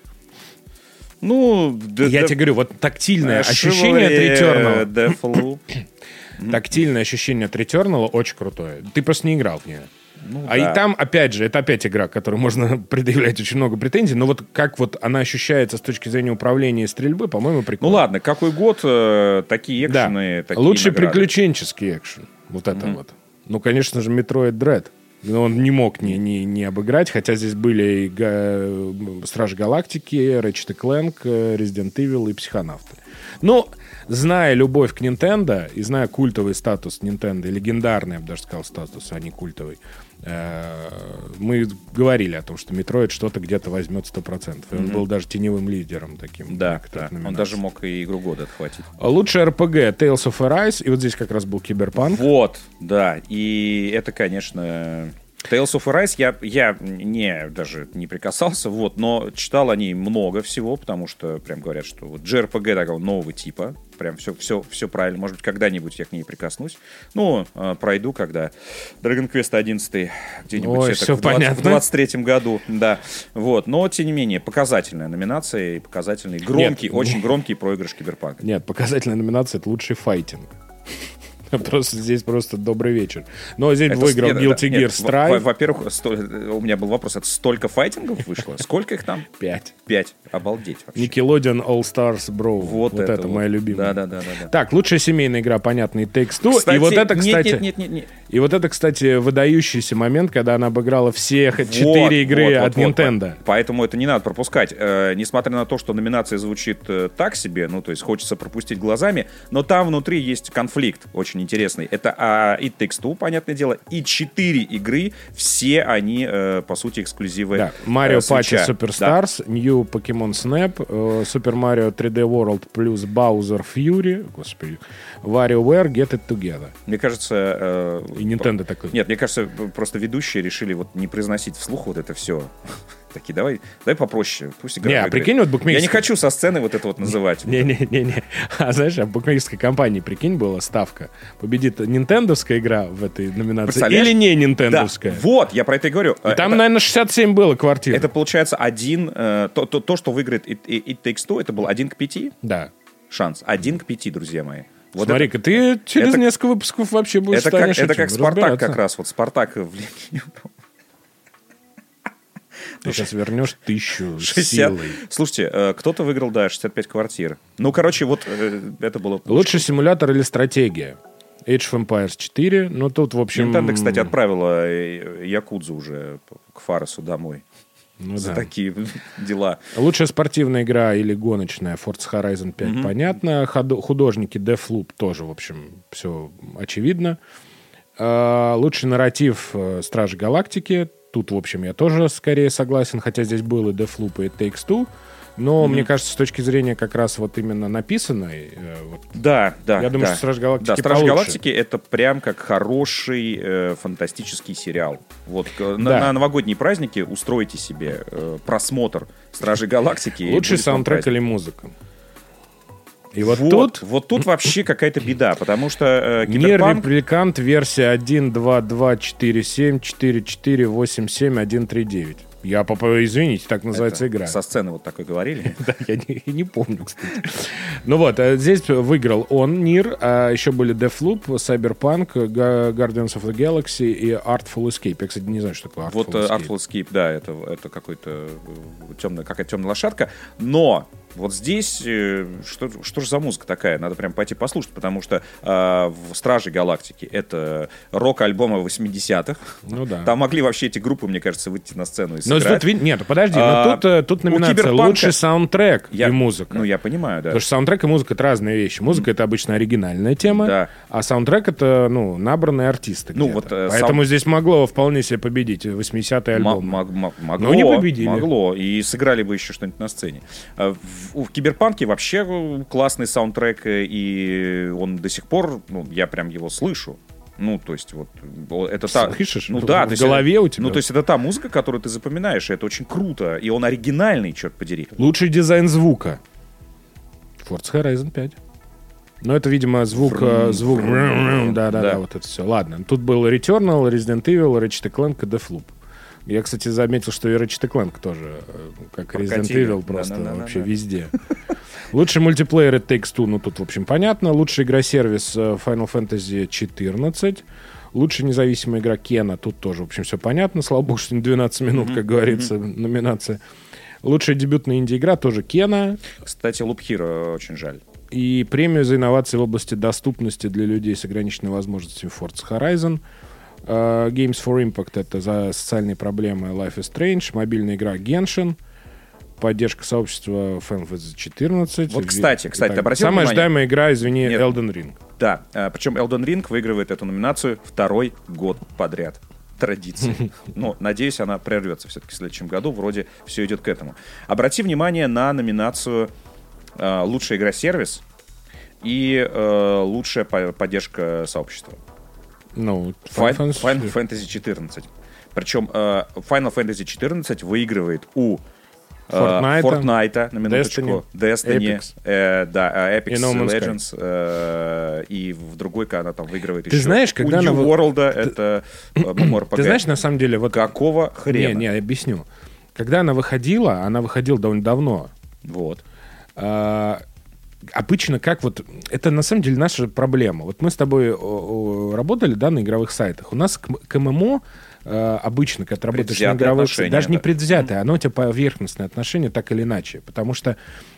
Я тебе говорю, вот тактильное ощущение от Returnal. Deathloop. Тактильное ощущение от Returnal очень крутое. Ты просто не играл в нее. И там, опять же, это опять игра, к которой можно предъявлять очень много претензий, но вот как вот она ощущается с точки зрения управления и стрельбы, по-моему, прикольно. Ладно, какой год такие экшены, такие лучший награды. Приключенческий экшен. Вот это вот. Конечно же, Metroid Dread. Но он не мог не обыграть, хотя здесь были и Стражи Галактики, Ratchet & Clank, Resident Evil и Психонавты. Зная любовь к Nintendo и зная культовый статус Nintendo, легендарный, я бы даже сказал, статус, а не культовый, мы говорили о том, что Metroid что-то где-то возьмет 100%. И он был даже теневым лидером таким. Да. Он даже мог и игру года отхватить. Лучший RPG Tales of Arise, и вот здесь как раз был Киберпанк. Вот, да. И это, конечно... Tales of Arise я даже не прикасался, вот, но читал о ней много всего, потому что прям говорят, что вот JRPG такого нового типа, прям все правильно. Может быть, когда-нибудь я к ней прикоснусь. Ну, пройду, когда Dragon Quest 11 где-нибудь в 23-м году. Да. Вот. Но, тем не менее, показательная номинация и показательный, громкий, очень громкий проигрыш Киберпанка. Нет, показательная номинация — это лучший файтинг. Здесь просто добрый вечер. Но здесь выиграл Guilty Gear Strive. Во-первых, у меня был вопрос, это столько файтингов вышло? Сколько их там? 5. Обалдеть вообще. Nickelodeon All Stars Brawl. Вот это моя любимая. Да. Так, лучшая семейная игра, понятно, и Takes Two. Кстати, и вот это, кстати... Нет. И вот это, кстати, выдающийся момент, когда она обыграла все 4 игры от Nintendo. Поэтому это не надо пропускать. Несмотря на то, что номинация звучит так себе, ну, то есть хочется пропустить глазами, но там внутри есть конфликт очень интересный. Это It Takes Two, понятное дело, и 4 игры, все они, по сути, эксклюзивы. Да, Mario Party Superstars, New Pokemon Snap, Super Mario 3D World плюс Bowser Fury, господи, WarioWare Get It Together. Мне кажется... И Nintendo такой. Нет, мне кажется, просто ведущие решили вот не произносить вслух вот это все. Такие, давай попроще. Пусть игра выиграет. Прикинь, вот букмекерская... Я не хочу со сцены вот это вот называть. Не. А знаешь, в букмекерской компании, прикинь, была ставка. Победит нинтендовская игра в этой номинации или не нинтендовская? Да, вот, я про это и говорю. И там, наверное, 67 было квартир. Это получается то, что выиграет It Takes Two, это был 1 к 5? Да. Шанс. 1 к 5, друзья мои. Вот смотри-ка, ты через несколько выпусков вообще будешь станешь это как Спартак как раз. Вот Спартак в Лиге. Ты сейчас вернешь 1000 силой. Слушайте, кто-то выиграл, 65 квартир. Ну, короче, вот это было... Лучший симулятор или стратегия? Age of Empires 4. Ну, тут, в общем... Nintendo, кстати, отправила Якудзу уже к Фаресу домой. За такие дела. Лучшая спортивная игра или гоночная Forza Horizon 5, понятно. Художники Deathloop тоже, в общем, все очевидно. Лучший нарратив Стражи Галактики. Тут, в общем, я тоже скорее согласен, хотя здесь был и Deathloop, и Takes Two. Но, мне кажется, с точки зрения как раз вот именно написанной... Да. Я думаю, что «Стражи Галактики» получше. «Стражи Галактики» — это прям как хороший фантастический сериал. Вот на новогодние праздники устройте себе просмотр «Стражей Галактики». Лучший саундтрек или музыка? И вот тут вообще какая-то беда, потому что Киберпанк... Нир Репликант версия 1.2.2.4.7.4.4.8.7.1.3.9. Я, извините, так называется игра. Со сцены вот такой говорили? Да, я не помню, кстати. Ну вот, здесь выиграл он, Нир, а еще были Deathloop, Cyberpunk, Guardians of the Galaxy и Artful Escape. Я, кстати, не знаю, что такое Artful Escape. Вот Artful Escape, да, это какая-то темная лошадка, но... Вот здесь, что же за музыка такая? Надо прям пойти послушать, потому что в «Страже Галактики» это рок-альбомы 80-х. Ну да. Там могли вообще эти группы, мне кажется, выйти на сцену и сыграть. Нет, подожди, тут номинация «Лучший саундтрек и музыка». Ну, я понимаю, да. Потому что саундтрек и музыка — это разные вещи. Музыка — это обычно оригинальная тема, а саундтрек — это, набранные артисты. Поэтому здесь могло вполне себе победить 80-й альбом. Могло. Но не победили. Могло. И сыграли бы еще что-нибудь на сцене. В Киберпанке вообще классный саундтрек, и он до сих пор, я прям его слышу. Ну, то есть, вот это та... Слышишь? Ну, да, в голове у тебя? Ну, то есть, это та музыка, которую ты запоминаешь, и это очень круто. И он оригинальный, черт подери. Лучший дизайн звука. Forza Horizon 5. Ну, это, видимо, звук... Да, вот это все. Ладно. Тут был Returnal, Resident Evil, Ratchet & Clank и Deathloop. Я, кстати, заметил, что и Ratchet & Clank тоже, как Resident Evil, просто вообще везде. Лучший мультиплеер It Takes Two, тут, в общем, понятно. Лучшая игра-сервис Final Fantasy 14. Лучшая независимая игра Кена, тут тоже, в общем, все понятно. Слава богу, что не 12 минут, как говорится, номинация. Лучшая дебютная инди-игра тоже Кена. Кстати, Loop Hero очень жаль. И премию за инновации в области доступности для людей с ограниченными возможностями Forza Horizon. Games for Impact — это за социальные проблемы Life is Strange. Мобильная игра Genshin. Поддержка сообщества Final Fantasy 14. Вот, кстати, ты обратил внимание? Самая ожидаемая игра, Elden Ring. Да, причем Elden Ring выигрывает эту номинацию второй год подряд. Традиции. Но, надеюсь, она прервется все-таки в следующем году. Вроде все идет к этому. Обрати внимание на номинацию «Лучшая игра-сервис» и «Лучшая поддержка сообщества». Ну, Final Fantasy 14. Причем Final Fantasy XIV выигрывает у Fortnite, на минуточку, Destiny, Apex Legends, и в другой она там выигрывает еще. Знаешь, когда у New World это MMORPG. Ты знаешь, на самом деле... Вот... Какого хрена? Не, я объясню. Когда она выходила довольно давно. Вот. Обычно как вот... Это на самом деле наша проблема. Вот мы с тобой работали, да, на игровых сайтах. У нас к ММО обычно, когда ты работаешь на игровых сайтах, даже не предвзятое, оно у тебя поверхностное отношение так или иначе. Потому что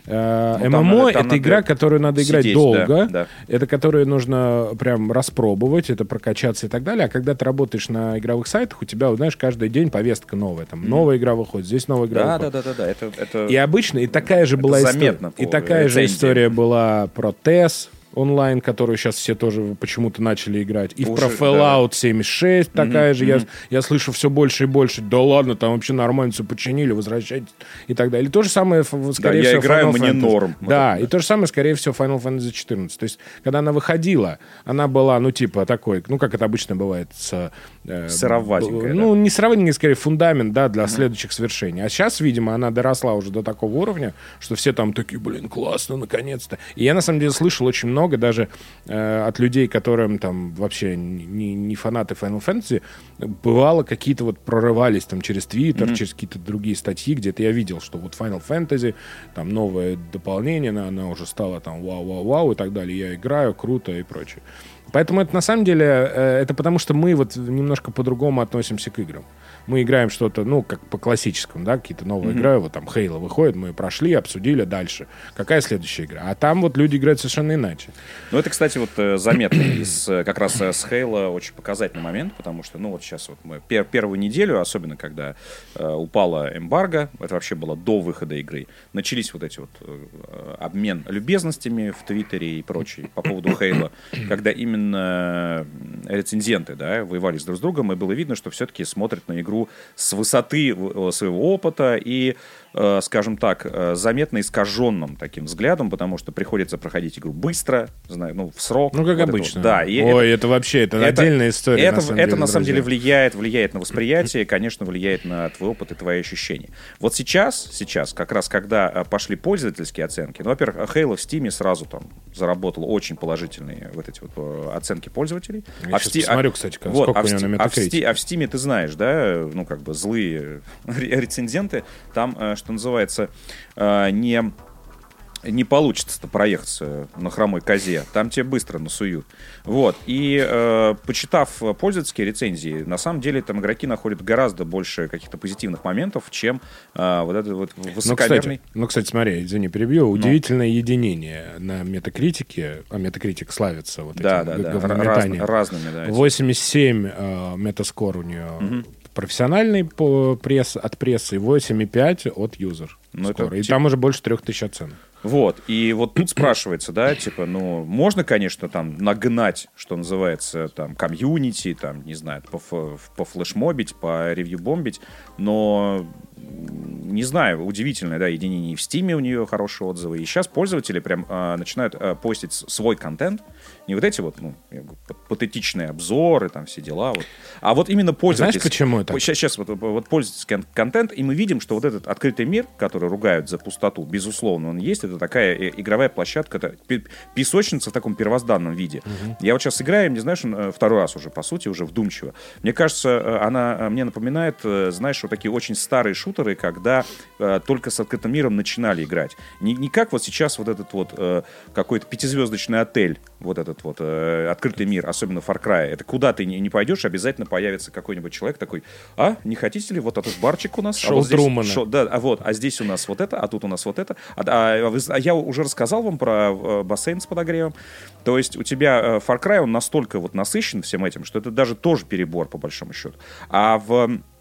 ММО — это игра, которую надо играть долго, да. это которую нужно прям распробовать, это прокачаться и так далее. А когда ты работаешь на игровых сайтах, у тебя, знаешь, каждый день повестка новая. Там новая игра выходит, здесь новая игра выходит. Да. Это и обычно, и такая же была история. И такая же история была про TES онлайн, которую сейчас все тоже почему-то начали играть. И про Fallout 76 такая же. Я слышу все больше и больше. Да ладно, там вообще нормально все починили, возвращайтесь и так далее. И то же самое, скорее всего, я играю, Final мне Fantasy. Норм. Да, и то же самое, скорее всего, Final Fantasy 14. То есть, когда она выходила, она была, ну, типа, такой, ну, как это обычно бывает, сыроватенькая. Ну, не сыроватенькая, скорее, фундамент, да, для следующих свершений. А сейчас, видимо, она доросла уже до такого уровня, что все там такие, блин, классно, наконец-то. И я, на самом деле, слышал очень много даже от людей, которым там вообще не фанаты Final Fantasy, бывало, какие-то вот прорывались там через Twitter, через какие-то другие статьи, где-то я видел, что вот Final Fantasy, там новое дополнение, она уже стала там вау-вау-вау и так далее. Я играю, круто и прочее. Поэтому это на самом деле, это потому что мы вот немножко по-другому относимся к играм. Мы играем что-то, ну, как по классическому, да, какие-то новые игры, вот там Halo выходит, мы прошли, обсудили дальше. Какая следующая игра? А там вот люди играют совершенно иначе. Ну, это, кстати, вот заметно как раз с Halo очень показательный момент, потому что, ну, вот сейчас вот мы первую неделю, особенно когда упала эмбарго, это вообще было до выхода игры, начались вот эти вот обмен любезностями в Твиттере и прочее по поводу Halo, когда именно рецензенты, да, воевались друг с другом, и было видно, что все-таки смотрят на игру с высоты своего опыта и, скажем так, заметно искаженным таким взглядом, потому что приходится проходить игру быстро, ну, в срок. Ну, как вот обычно. Да, это вообще, это отдельная история. Это на самом деле влияет на восприятие, конечно, влияет на твой опыт и твои ощущения. Вот сейчас, как раз, когда пошли пользовательские оценки, ну, во-первых, Halo в Steam сразу там заработал очень положительные вот эти вот оценки пользователей. Я сейчас посмотрю, кстати, сколько у него на Metacritic. А в Steam ты знаешь, да, ну, как бы злые рецензенты, там, что называется, не получится-то проехаться на хромой козе. Там тебе быстро насуют. Вот. И почитав пользовательские рецензии, на самом деле там игроки находят гораздо больше каких-то позитивных моментов, чем вот этот вот высокомерный... Кстати, смотри, извини, перебью. Удивительное единение на Метакритике. А Метакритик славится вот этим разными, да. 87 метаскор у нее профессиональный от прессы и 8,5 от юзер. И там уже больше 3000 оценок. Вот, и вот тут спрашивается, да, типа, ну, можно, конечно, там нагнать, что называется, там, комьюнити, там, не знаю, пофлешмобить, поревью-бомбить, но, не знаю, удивительное, да, единение и в Стиме у нее хорошие отзывы, и сейчас пользователи прям начинают постить свой контент, не вот эти вот, ну, патетичные обзоры, там, все дела, вот, а вот именно пользовательский... Знаешь, почему это? Сейчас вот пользовательский контент, и мы видим, что вот этот открытый мир, который ругают за пустоту, безусловно, он есть, это такая игровая площадка, это песочница в таком первозданном виде. Я вот сейчас играю, не знаешь, второй раз уже, по сути, уже вдумчиво. Мне кажется, она мне напоминает, знаешь, вот такие очень старые шутеры, когда только с открытым миром начинали играть. Не как вот сейчас вот этот вот какой-то пятизвездочный отель, вот этот вот открытый мир, особенно Far Cry. Это куда ты не пойдешь, обязательно появится какой-нибудь человек такой, не хотите ли вот этот барчик у нас? Шоу Трумана. А здесь у нас вот это, а тут у нас вот это. А я уже рассказал вам про бассейн с подогревом. То есть у тебя Far Cry, он настолько вот насыщен всем этим, что это даже тоже перебор, по большому счету. А в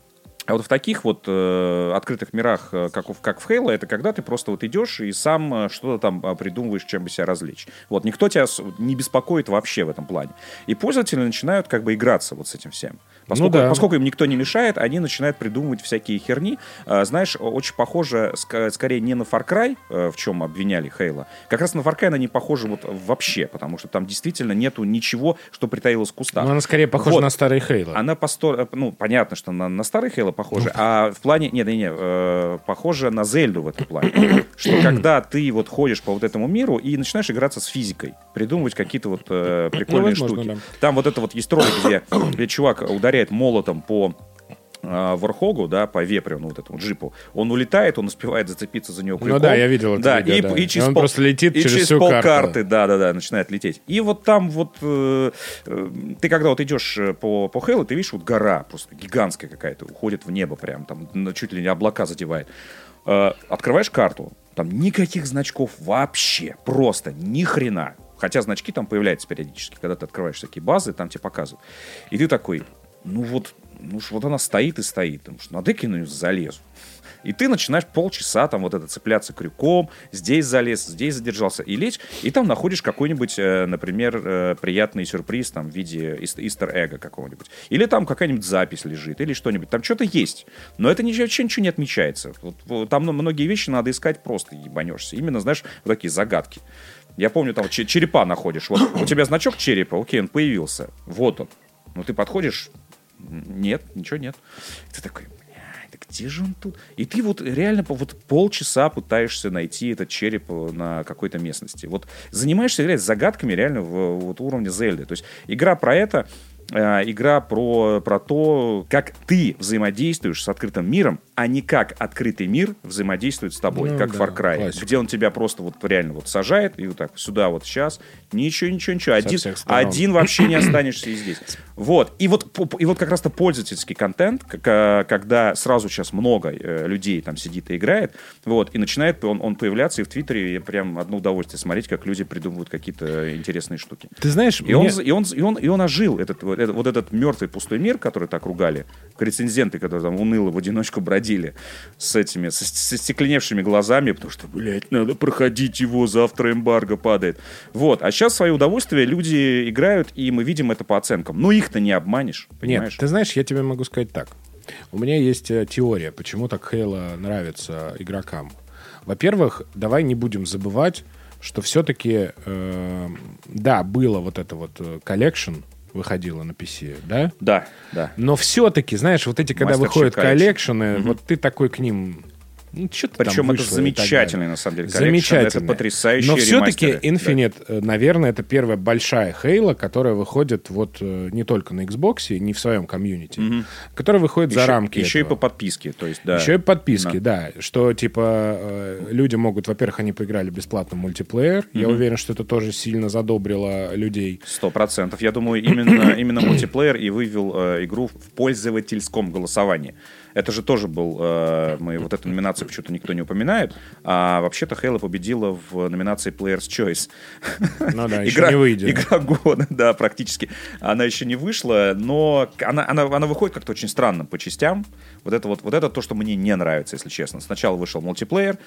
А вот в таких вот открытых мирах, как в Halo, это когда ты просто вот идешь и сам что-то там придумываешь, чем бы себя развлечь. Вот никто тебя не беспокоит вообще в этом плане. И пользователи начинают как бы играться вот с этим всем. Поскольку им никто не мешает, они начинают придумывать всякие херни. Знаешь, очень похоже, скорее не на Far Cry, в чем обвиняли Halo. Как раз на Far Cry она не похожа вот вообще, потому что там действительно нету ничего, что притаилось в кустах. Но она скорее похожа вот. на старый Halo. Она ну, понятно, что на старый Halo похожа, а в плане... похожа на Зельду в этом плане. Что когда ты вот ходишь по вот этому миру и начинаешь играться с физикой, придумывать какие-то вот прикольные штуки. Да. Там вот это вот есть ролик, где чувак ударяет молотом по Вархогу, да, по вепрю, вот этому джипу. Он улетает, он успевает зацепиться за него крюком. Ну да, я видел это видео, и он просто летит через всю полкарты, да, начинает лететь. И вот там вот ты когда вот идешь по Halo, ты видишь вот гора просто гигантская какая-то, уходит в небо прям, там чуть ли не облака задевает. Открываешь карту, там никаких значков вообще, просто ни хрена. Хотя значки там появляются периодически, когда ты открываешь всякие базы, там тебе показывают. И ты такой, вот она стоит и стоит. Потому что надо на нее залезу. И ты начинаешь полчаса там вот это цепляться крюком, здесь залез, здесь задержался, и лечь, и там находишь какой-нибудь, например, приятный сюрприз там в виде истер-эга какого-нибудь. Или там какая-нибудь запись лежит, или что-нибудь. Там что-то есть. Но это ничего не отмечается. Вот, там многие вещи надо искать просто, ебанешься. Именно, знаешь, вот такие загадки. Я помню, там черепа находишь. Вот у тебя значок черепа, окей, он появился. Вот он. Ну ты подходишь, нет, ничего нет. Ты такой... Где же он тут? И ты вот реально вот полчаса пытаешься найти этот череп на какой-то местности. Вот занимаешься реально загадками реально в уровне Зельды. То есть игра про это, игра про то, как ты взаимодействуешь с открытым миром, а не как открытый мир взаимодействует с тобой, как Far Cry, классика. Где он тебя просто вот реально вот сажает и вот так сюда вот сейчас, ничего. Один вообще не останешься и здесь. Вот. И вот как раз-то пользовательский контент, когда сразу сейчас много людей там сидит и играет, вот, и начинает он появляться и в Твиттере, и прям одно удовольствие смотреть, как люди придумывают какие-то интересные штуки. Ты знаешь, он ожил этот мертвый пустой мир, который так ругали, рецензенты, которые там уныло в одиночку бродили со стекленевшими глазами, потому что, блядь, надо проходить его, завтра эмбарго падает. Вот. А сейчас в свое удовольствие люди играют, и мы видим это по оценкам. Но их-то не обманешь, понимаешь? Нет, ты знаешь, я тебе могу сказать так. У меня есть теория, почему так Halo нравится игрокам. Во-первых, давай не будем забывать, что все-таки, да, было вот это вот коллекшн, выходила на PC, да? Да. Но все-таки, знаешь, вот эти, когда выходят коллекшены, вот ты такой к ним... что-то причем там это замечательный, на самом деле, замечательный. Это потрясающий ремастер. Но все-таки ремастеры. Infinite, наверное, это первая большая Halo, которая выходит вот не только на Xbox, не в своем комьюнити, которая выходит за рамки еще этого. И по подписке. То есть, да. Еще и по подписке, да. Что, типа, люди могут... Во-первых, они поиграли бесплатно в мультиплеер. Я уверен, что это тоже сильно задобрило людей. 100%. Я думаю, именно мультиплеер и вывел игру в пользовательском голосовании. Это же тоже был... мы вот эту номинацию почему-то никто не упоминает. А вообще-то Halo победила в номинации Player's Choice. Ну да, еще не выйдет. Игра года, да, практически. Она еще не вышла, но она выходит как-то очень странно по частям. Вот это то, что мне не нравится, если честно. Сначала вышел мультиплеер,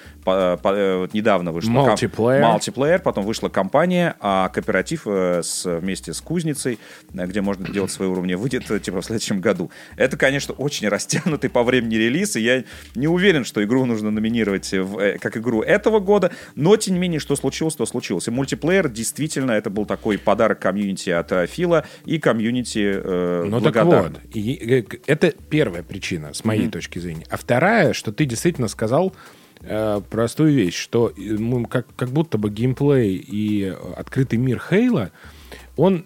недавно вышел мультиплеер, потом вышла кампания, а кооператив вместе с кузницей, где можно делать свои уровни, выйдет типа в следующем году. Это, конечно, очень растянутый по времени релиз, и я не уверен, что игру нужно номинировать как игру этого года, но, тем не менее, что случилось, то случилось. И мультиплеер, действительно, это был такой подарок комьюнити от Фила и комьюнити благодарен. Так вот, это первая причина, с моей точки зрения. А вторая, что ты действительно сказал простую вещь, что как будто бы геймплей и открытый мир Halo, он...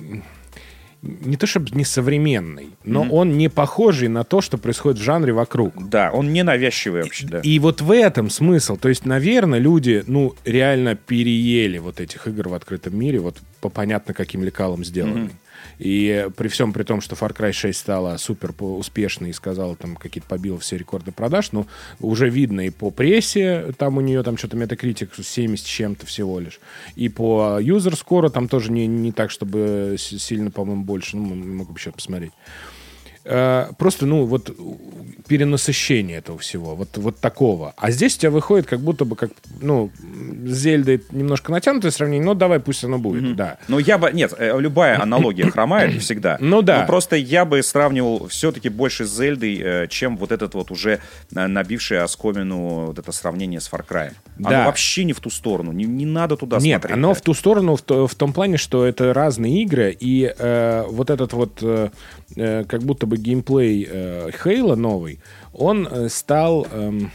не то чтобы не современный, но он не похожий на то, что происходит в жанре вокруг. Да, он не навязчивый вообще, да. И вот в этом смысл. То есть, наверное, люди, реально переели вот этих игр в открытом мире, вот по понятно каким лекалам сделанный. И при всем при том, что Far Cry 6 стала супер успешной и сказала, там, какие-то побила все рекорды продаж, но уже видно и по прессе, там у нее там что-то Metacritic 70 с чем-то всего лишь, и по user score там тоже не так, чтобы сильно, по-моему, больше, могу еще посмотреть. просто, ну, вот перенасыщение этого всего, вот такого. А здесь у тебя выходит как будто бы, как, ну, с Зельдой немножко натянутое сравнение, но давай пусть оно будет, да. Ну, я бы... Нет, любая аналогия хромает всегда. Ну, да. Но просто я бы сравнивал все-таки больше с Зельдой, чем вот этот вот уже набивший оскомину вот это сравнение с Far Cry. Да. Оно вообще не в ту сторону, не надо туда смотреть. Нет, оно в ту сторону в том плане, что это разные игры, и вот этот вот как будто бы геймплей Хейла новый, он стал...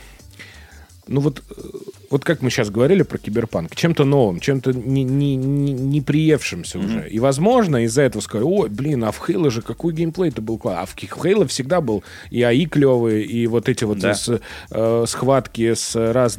ну вот как мы сейчас говорили про Киберпанк, чем-то новым, чем-то не приевшимся уже. И, возможно, из-за этого сказали, ой, блин, а в Хейло же какой геймплей-то был классный. А в Хейло всегда был и АИ клевые, и вот эти вот схватки с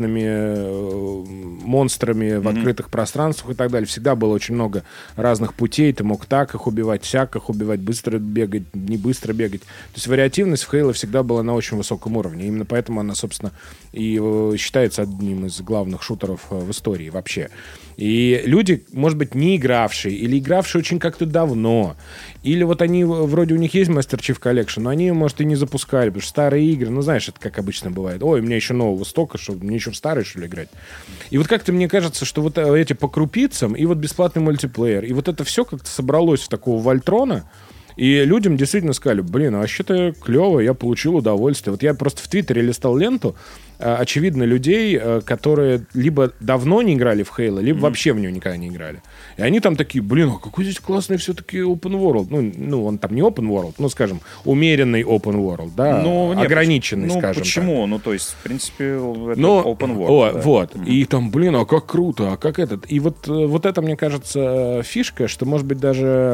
разными монстрами в открытых пространствах и так далее. Всегда было очень много разных путей. Ты мог так их убивать, сяк их убивать, быстро бегать, не быстро бегать. То есть вариативность в Хейло всегда была на очень высоком уровне. Именно поэтому она, собственно, и считается одним из главных шутеров в истории вообще. И люди, может быть, не игравшие, или игравшие очень как-то давно, или вот они, вроде у них есть Master Chief Collection, но они, может, и не запускали, потому что старые игры, ну, знаешь, это как обычно бывает. Ой, у меня еще нового столько, что мне еще в старые, что ли, играть. И вот как-то мне кажется, что вот эти по крупицам, и вот бесплатный мультиплеер, и вот это все как-то собралось в такого Вольтрона, и людям действительно сказали, блин, а вообще-то клево, я получил удовольствие. Вот я просто в Твиттере листал ленту, очевидно, людей, которые либо давно не играли в Halo, либо вообще в него никогда не играли. И они там такие, блин, а какой здесь классный все-таки open world. Ну, он там не open world, ну, скажем, умеренный open world, да, ограниченный, скажем так. Почему? Ну, то есть, в принципе, это open world. Вот. И там, блин, а как круто, а как этот. И вот это, мне кажется, фишка, что, может быть,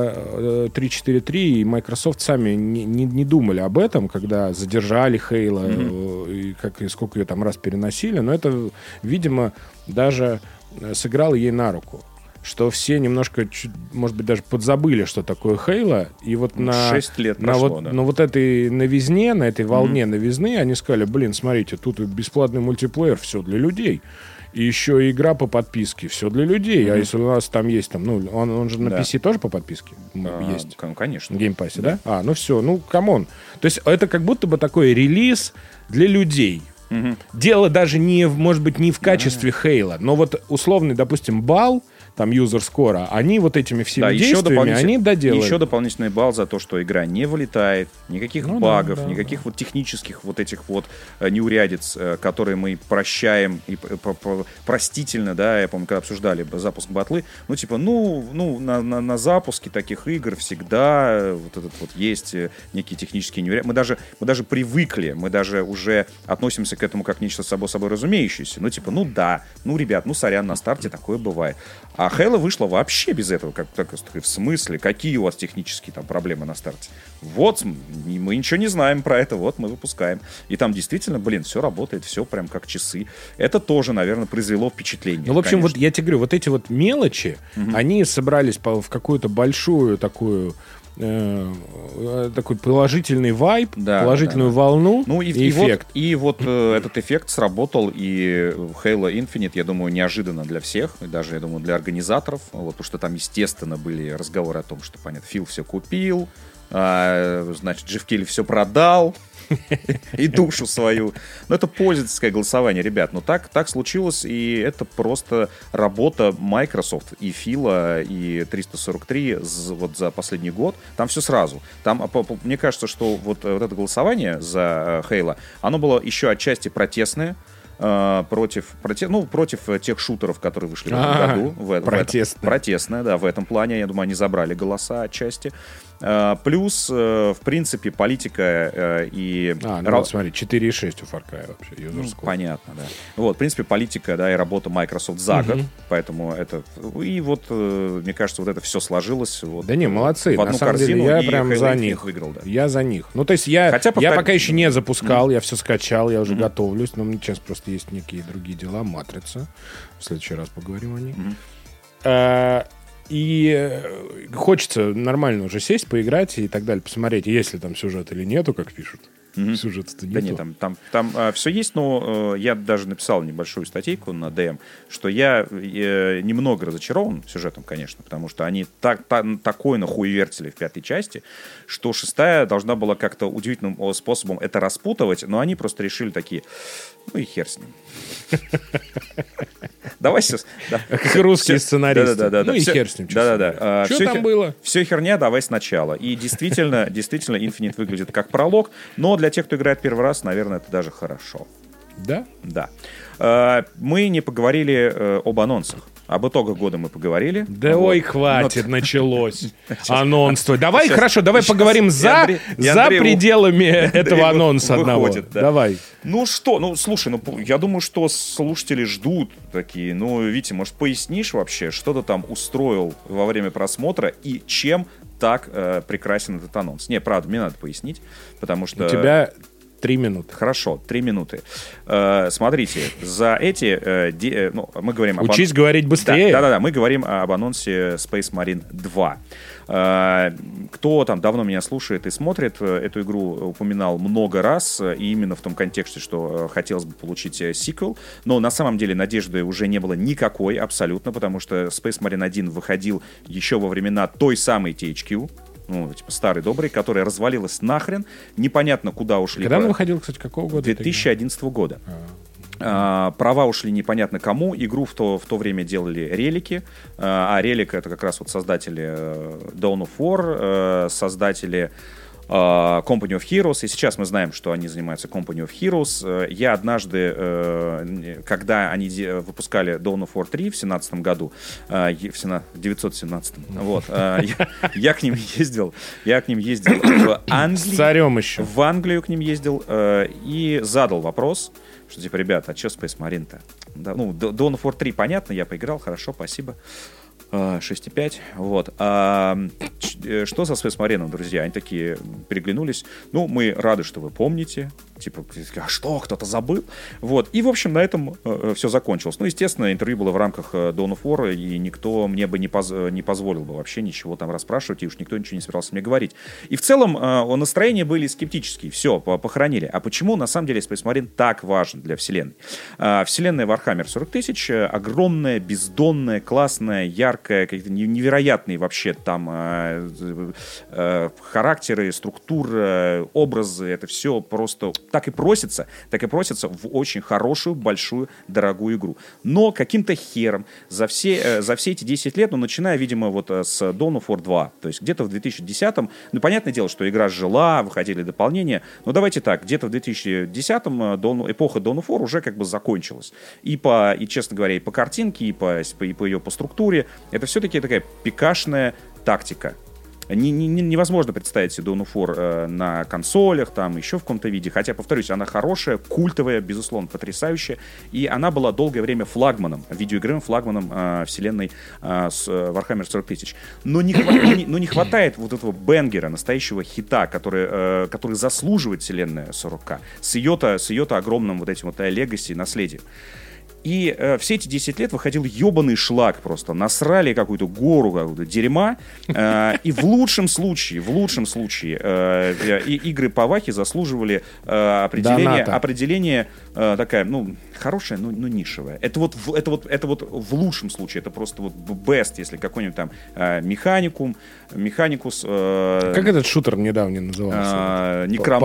даже 343 и Microsoft сами не думали об этом, когда задержали Halo, и сколько ее там раз переносили, но это, видимо, даже сыграло ей на руку, что все немножко, может быть, даже подзабыли, что такое Halo, и вот 6 лет прошло, на вот этой новизне, на этой волне новизны, они сказали, блин, смотрите, тут бесплатный мультиплеер, все для людей. И еще игра по подписке, все для людей. А если у нас там есть, там, ну, он же на PC тоже по подписке есть? Конечно. В геймпассе, да? Ну все, ну, камон. То есть это как будто бы такой релиз для людей. Дело даже может быть, не в качестве Halo, но вот условный, допустим, балл, там, user score, они вот этими всеми действиями, они доделают. Еще дополнительный балл за то, что игра не вылетает, никаких багов, никаких вот технических вот этих вот неурядиц, которые мы прощаем и простительно, да, я помню, когда обсуждали запуск батлы, ну, типа, на запуске таких игр всегда вот этот вот есть некие технические неурядицы. Мы даже привыкли, мы даже уже относимся к этому как нечто само собой разумеющееся. Ну, типа, ребят, сорян, на старте такое бывает. А Halo вышла вообще без этого. В смысле? Какие у вас технические там проблемы на старте? Вот, мы ничего не знаем про это, вот мы выпускаем. И там действительно, все работает, все прям как часы. Это тоже, наверное, произвело впечатление. Ну, в общем, вот я тебе говорю, вот эти вот мелочи, они собрались в какую-то большую такой положительный вайб, положительную волну, и эффект. И вот этот эффект сработал, и Halo Infinite, я думаю, неожиданно для всех, и даже, я думаю, для организаторов, вот, потому что там, естественно, были разговоры о том, что, понятно, Фил все купил, значит, Джефф Келли все продал, и душу свою. Но это пользовательское голосование, ребят. Но так случилось, и это просто работа Microsoft и Фила, и 343 вот за последний год. Там все сразу. Там, мне кажется, что вот это голосование за Halo, оно было еще отчасти протестное, против тех шутеров, которые вышли в этом году. Протестное, да, в этом плане, я думаю, они забрали голоса отчасти. Плюс, в принципе, политика и... смотри, 4,6 у Far Cry вообще. Понятно, да. Вот, в принципе, политика, да, и работа Microsoft за год, поэтому это... И вот, мне кажется, вот это все сложилось вот, да не, молодцы. в одну на самом корзину, деле, я и прям за них. Выиграл, да. Я за них. Ну, то есть я пока еще не запускал, я все скачал, я уже готовлюсь, но мне сейчас просто есть некие другие дела. Матрица. В следующий раз поговорим о ней. И хочется нормально уже сесть, поиграть и так далее, посмотреть, есть ли там сюжет или нету, как пишут. Сюжет-то не Да то. нет, там все есть, но я даже написал небольшую статейку на DM, что я немного разочарован сюжетом, конечно, потому что они такой нахуевертили в 5-й части, что 6-я должна была как-то удивительным способом это распутывать, но они просто решили такие, ну и хер с ним. Давай сейчас... Как русские сценаристы. Да. Ну и хер с ним. Да. Что там было? Все херня, давай сначала. И действительно, Infinite выглядит как пролог, но для тех, кто играет первый раз, наверное, это даже хорошо. Да? Да. Мы не поговорили об анонсах. Об итогах года мы поговорили. Да вот. Ой, хватит, началось. Анонс. Давай, хорошо, давай поговорим за пределами этого анонса одного. Давай. Ну что, ну слушай, я думаю, что слушатели ждут такие. Ну, Витя, может, пояснишь вообще, что ты там устроил во время просмотра и чем так прекрасен этот анонс? Не, правда, мне надо пояснить, потому что... У тебя 3 минуты. Хорошо, 3 минуты. Смотрите, за эти... мы говорим Учись говорить быстрее. Да, мы говорим об анонсе Space Marine 2. Кто там давно меня слушает и смотрит, эту игру упоминал много раз, и именно в том контексте, что хотелось бы получить сиквел. Но на самом деле надежды уже не было никакой абсолютно, потому что Space Marine 1 выходил еще во времена той самой THQ, ну, типа старый добрый, которая развалилась нахрен, непонятно куда ушли. Когда она выходила, кстати, какого года? 2011 года. Права ушли непонятно кому. Игру в то время делали Релики. А Релик — это как раз вот создатели Dawn of War, создатели Company of Heroes, и сейчас мы знаем, что они занимаются Company of Heroes. Я однажды, когда они выпускали Dawn of War 3 в 2017 году, в 917, вот, я к ним ездил в Англию. С царем еще. В Англию к ним ездил и задал вопрос, что типа, ребята, а что Space Marine-то? Да, ну, Dawn of War 3 понятно, я поиграл, хорошо, спасибо. 6,5. Вот. Что за Space Marine, друзья? Они такие переглянулись. Ну, мы рады, что вы помните. Типа, а что, кто-то забыл? Вот. И, в общем, на этом все закончилось. Ну, естественно, интервью было в рамках Dawn of War, и никто мне бы не позволил бы вообще ничего там расспрашивать, и уж никто ничего не собирался мне говорить. И в целом настроения были скептические. Все, похоронили. А почему, на самом деле, Space Marine так важен для вселенной? Вселенная Warhammer 40 тысяч огромная, бездонная, классная, яркая, какие-то невероятные вообще там характеры, структура, образы. Это все просто так и просится в очень хорошую, большую, дорогую игру. Но каким-то хером за все эти 10 лет, ну, начиная, видимо, вот с Dawn of War 2, то есть где-то в 2010-м, ну, понятное дело, что игра жила, выходили дополнения, но давайте так, где-то в 2010-м эпоха Dawn of War уже как бы закончилась. И, честно говоря, и по картинке, и по ее по структуре, это все-таки такая пикашная тактика. Невозможно представить себе Dawn of War на консолях, там еще в каком-то виде. Хотя, повторюсь, она хорошая, культовая, безусловно, потрясающая. И она была долгое время флагманом, видеоигровым флагманом вселенной с Warhammer 40 тысяч. Но не хватает вот этого бенгера, настоящего хита, который заслуживает вселенная 40К с ее-то огромным вот этим вот легаси, наследием. И все эти 10 лет выходил ебаный шлак просто. Насрали какую-то гору, какую-то дерьма. И в лучшем случае игры по Вахе заслуживали определение такая, ну, хорошая, но нишевая. Это вот в лучшем случае. Это просто вот best, если какой-нибудь там Механикус. Как этот шутер недавний назывался?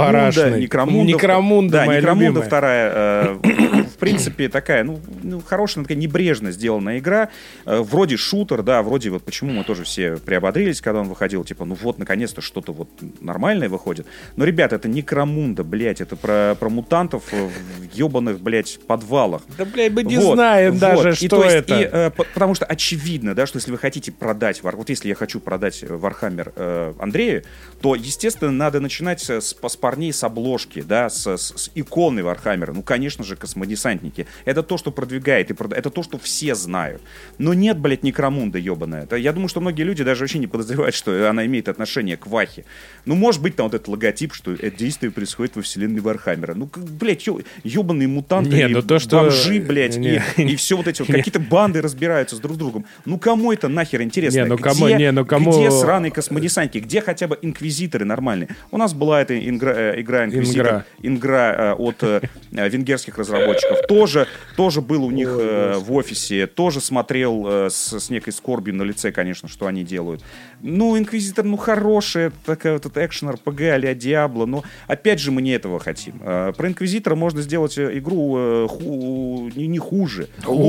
Некромунда вторая. В принципе, такая, ну, хорошая, такая небрежно сделанная игра. Вроде шутер, да, вроде вот почему мы тоже все приободрились, когда он выходил. Типа, ну вот, наконец-то что-то вот нормальное выходит. Но, ребята, это Некромунда, блядь, это про мутантов в ебаных, блядь, подвалах. Да, блядь, мы не знаем даже, что это. Потому что очевидно, да, что если вы хотите продать, вот если я хочу продать Warhammer Андрею, то, естественно, надо начинать с парней с обложки, да, с иконы Warhammer. Ну, конечно же, космодесантники. десантники. Это то, что продвигает, это то, что все знают. Но нет, блядь, Некромунда ебаная. Я думаю, что многие люди даже вообще не подозревают, что она имеет отношение к Вахе. Ну, может быть, там вот этот логотип, что это действие происходит во вселенной Вархаммера. Ну, блядь, ебаные мутанты, не, ну то, что... бомжи, блядь, и все вот эти вот какие-то банды разбираются с друг другом. Ну, кому это нахер интересно? Не, ну кому... Где сраные космодесантники? Где хотя бы инквизиторы нормальные? У нас была эта игра Инквизитор. Ингра от венгерских разработчиков. Тоже был у них в офисе. Тоже смотрел с некой скорбью на лице, конечно, что они делают. Ну, Инквизитор, ну, хорошая такая вот экшен-РПГ а-ля Диабло. Но, опять же, мы не этого хотим. Про Инквизитора можно сделать игру не хуже.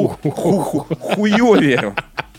Хуёвее.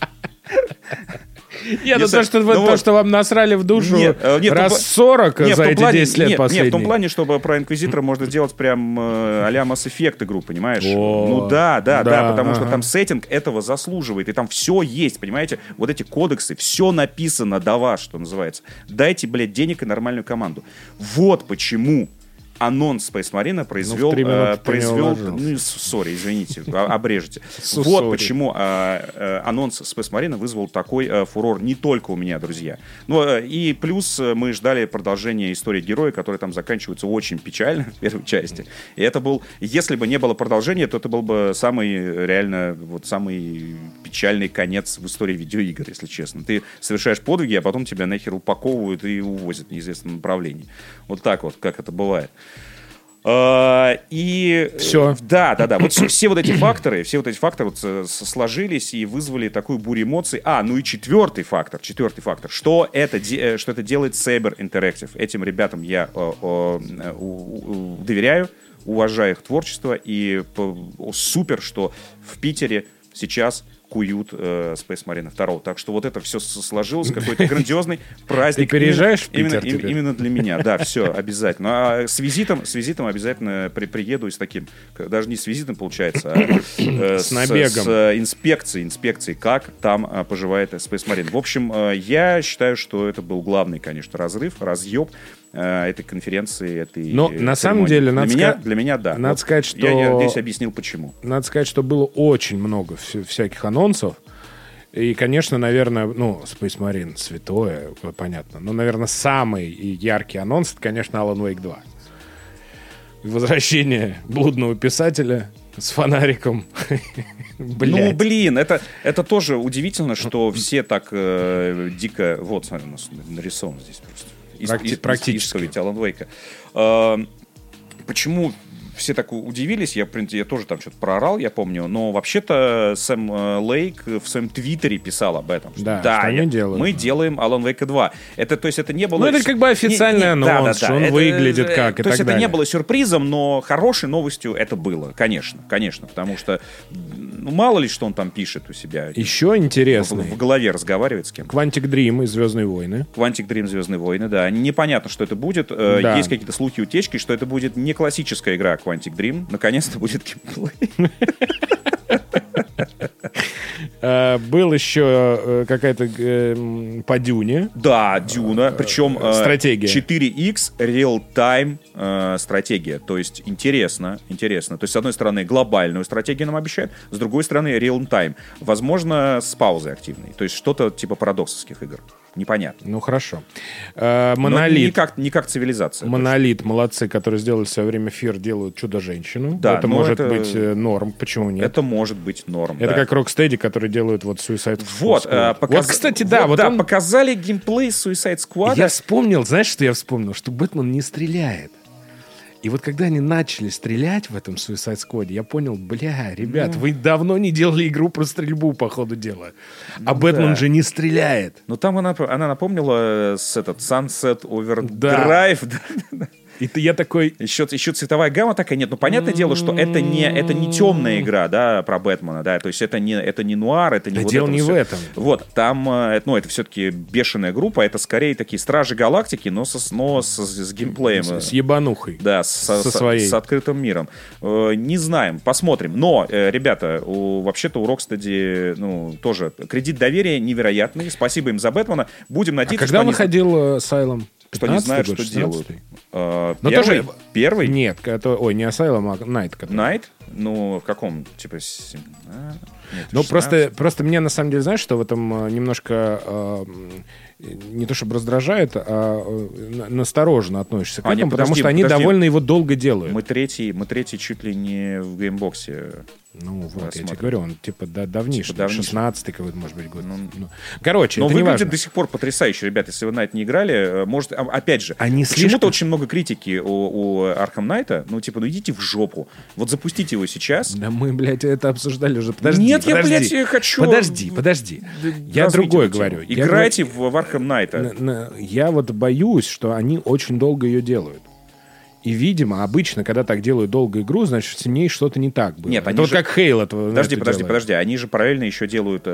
Нет, ну то, что вам насрали в душу раз 40 за эти 10 лет последних. Нет, в том плане, чтобы про Инквизитора можно сделать прям а-ля Mass Effect игру, понимаешь? Ну да, потому что там сеттинг этого заслуживает, и там все есть, понимаете? Вот эти кодексы, все написано до вас, что называется. Дайте, блядь, денег и нормальную команду. Вот почему анонс Space Marine произвел... Ну, сори, извините, обрежете. Вот почему анонс Space Marine вызвал такой фурор не только у меня, друзья. Ну, и плюс мы ждали продолжения истории героя, который там заканчивается очень печально в первой части. И это был... Если бы не было продолжения, то это был бы самый, реально, вот самый печальный конец в истории видеоигр, если честно. Ты совершаешь подвиги, а потом тебя нахер упаковывают и увозят в неизвестном направлении. Вот так вот, как это бывает. И все. Да. Вот все вот эти факторы вот сложились и вызвали такую бурю эмоций. Ну и четвертый фактор, что это делает Saber Interactive. Этим ребятам я доверяю, уважаю их творчество, и супер, что в Питере сейчас куют Space Marine 2. Так что вот это все сложилось, какой-то грандиозный праздник. Ты переезжаешь в Питер именно для меня, да, все, обязательно. А с визитом обязательно приеду и с таким, даже не с визитом получается, а с набегом. С инспекцией, как там поживает Space Marine. В общем, я считаю, что это был главный, конечно, разъеб этой конференции, Но на самом деле, для меня, да. Надо сказать, что... Я здесь объяснил, почему. Надо сказать, что было очень много всяких анонсов. И, конечно, наверное, Space Marine святое, понятно. Но, наверное, самый яркий анонс, это, конечно, Alan Wake 2. Возвращение блудного писателя с фонариком. Ну, блин, это тоже удивительно, что все так дико... Вот, смотри, у нас нарисован здесь просто. Практически. Alan Wake. Почему все так удивились? Я тоже там что-то проорал, я помню. Но вообще-то Сэм Лейк в своем твиттере писал об этом. Да, что они делают. Мы делаем Alan Wake 2. То есть это не было... Ну, это как бы официальный анонс, что он выглядит как и так далее. То есть это не было сюрпризом, но хорошей новостью это было. Конечно. Потому что мало ли, что он там пишет у себя. Еще интересно. В голове разговаривает с кем. Quantic Dream и Звездные войны. Звездные войны, да. Непонятно, что это будет. Да. Есть какие-то слухи, утечки, что это будет не классическая игра Quantic Dream. Наконец-то будет геймплей. Был еще какая-то по Дюне. Да, Дюна. Причем стратегия. 4X real-time стратегия. То есть интересно. То есть, с одной стороны, глобальную стратегию нам обещают, с другой стороны, real-time. Возможно, с паузой активной. То есть что-то типа парадоксовских игр. Непонятно. Ну, хорошо. Монолит. Не как цивилизация. Монолит, молодцы, которые сделали в свое время Fear, делают Чудо-женщину. Да, это может быть норм. Почему нет? Это может быть норм. Это как Rocksteady, которые делают Suicide Squad. Вот, кстати, да. Показали геймплей Suicide Squad. Я вспомнил, знаешь, что я вспомнил? Что Бэтмен не стреляет. И вот когда они начали стрелять в этом Suicide Squad, я понял, ребят, вы давно не делали игру про стрельбу, по ходу дела. А Бэтмен же не стреляет. Но там она напомнила Sunset Overdrive. Да. И я такой... Еще цветовая гамма такая, нет, понятное дело, что это не темная игра, да, про Бэтмена, да, то есть это не нуар, это не вот дело не в этом. Вот, там, это все-таки бешеная группа, это скорее такие Стражи Галактики, но с геймплеем. С ебанухой. Да, с открытым миром. Не знаем, посмотрим. Но, ребята, вообще-то у Rocksteady, тоже кредит доверия невероятный, спасибо им за Бэтмена, будем надеяться, когда выходил Asylum? Что не знают, что делают. Первый? Первый? Нет, не Asylum, а Night. Night? Ну, в каком? Типа... Нет, Ну, просто мне, на самом деле, знаешь, что в этом немножко не то чтобы раздражает, а настороженно относишься к этому, потому что они довольно его долго делают. Мы третий чуть ли не в геймбоксе. Ну, вот, я тебе говорю, он типа давнишний, 16-й какой-то, может быть, год. Короче, это не важно. выглядит до сих пор потрясающе, ребят, если вы на это не играли. Может, опять же, почему-то слишком... очень много критики у Arkham Knight'а. Ну, типа, ну идите в жопу. Вот запустите его сейчас. Да мы, блядь, это обсуждали уже. Подожди, Нет, я, блядь, хочу... Подожди. Я другое говорю. Играйте в Arkham Knight'а. Я вот боюсь, что они очень долго ее делают. И, видимо, обычно, когда так делают долго игру, значит, с ней что-то не так было. Нет, это вот как Halo. Подожди. Они же параллельно еще делают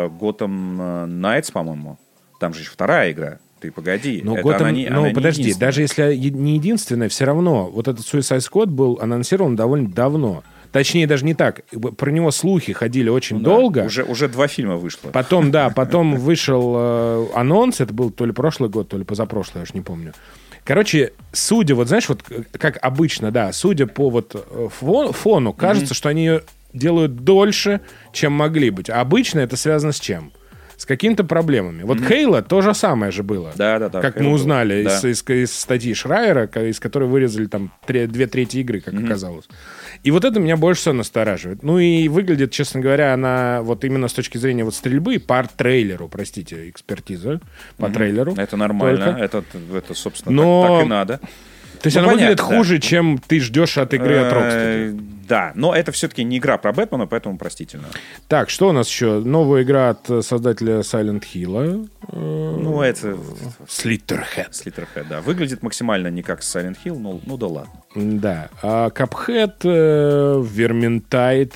Gotham Knights, по-моему. Там же еще вторая игра. Ты погоди. Но подожди, даже если не единственная, все равно вот этот Suicide Squad был анонсирован довольно давно. Точнее, даже не так. Про него слухи ходили очень долго. Уже 2 фильма вышло. Потом вышел анонс. Это был то ли прошлый год, то ли позапрошлый, я уж не помню. Короче, судя, вот знаешь, вот как обычно, да, судя по вот фону, кажется, что они ее делают дольше, чем могли быть. А обычно это связано с чем? С какими-то проблемами. Вот Halo то же самое же было. Да. Как мы узнали из статьи Шрайера, из которой вырезали там 2/3 игры, как оказалось. И вот это меня больше всего настораживает. Ну и выглядит, честно говоря, она вот именно с точки зрения вот стрельбы по трейлеру, простите, экспертиза по трейлеру. Это нормально, это собственно, так и надо. То есть она выглядит хуже, чем ты ждешь от игры от Rocksteady. Да, но это все-таки не игра про Бэтмена, поэтому простительно. Так, что у нас еще? Новая игра от создателя Silent Hill. Ну, это... Slitterhead, да. Выглядит максимально не как Silent Hill, ну да ладно. Да. А Cuphead, Vermintide...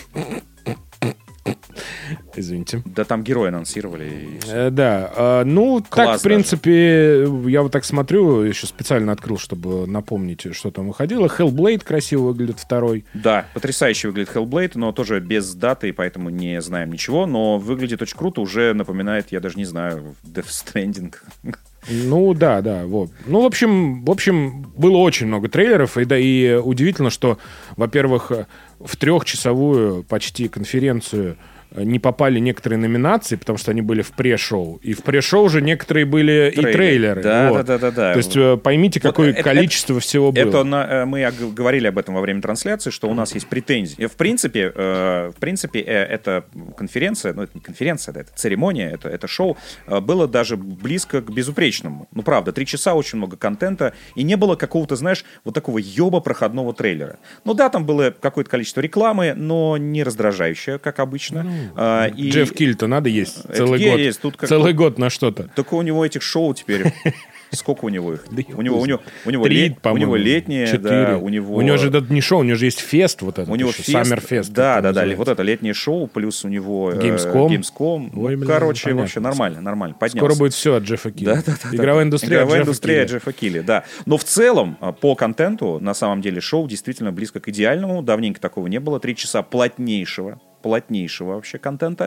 Извините. Да там герои анонсировали. Да. Ну, класс так, в принципе, даже. Я вот так смотрю, еще специально открыл, чтобы напомнить, что там выходило. Hellblade красиво выглядит, второй. Да, потрясающе выглядит Hellblade, но тоже без даты, и поэтому не знаем ничего. Но выглядит очень круто, уже напоминает, я даже не знаю, Death Stranding. Ну, да, вот. Ну, в общем, было очень много трейлеров, и удивительно, что, во-первых, в 3-часовую почти конференцию не попали некоторые номинации, потому что они были в пре-шоу. И в пре-шоу уже некоторые были и трейлеры. Да. То есть поймите, какое количество всего было. Мы говорили об этом во время трансляции, что у нас есть претензии. В принципе, эта конференция, ну, это не конференция, да, это церемония, это шоу, было даже близко к безупречному. Ну, правда, 3 часа, очень много контента, и не было какого-то, знаешь, вот такого ёба проходного трейлера. Ну да, там было какое-то количество рекламы, но не раздражающее, как обычно. Джефф Килл-то надо есть целый год. Есть. Целый год на что-то. Только у него этих шоу теперь... Сколько у него их? У него 3, летнее, 4. Да, у него же это не шоу, у него же есть фест вот этот. У него Summerfest. Да, вот это летнее шоу, плюс у него Gamescom. Короче, вообще нормально. Поднялся. Скоро будет все от Джеффа Килли. Да. Игровая индустрия от Джеффа Килли, да. Но в целом, по контенту, на самом деле, шоу действительно близко к идеальному. Давненько такого не было. 3 часа плотнейшего вообще контента.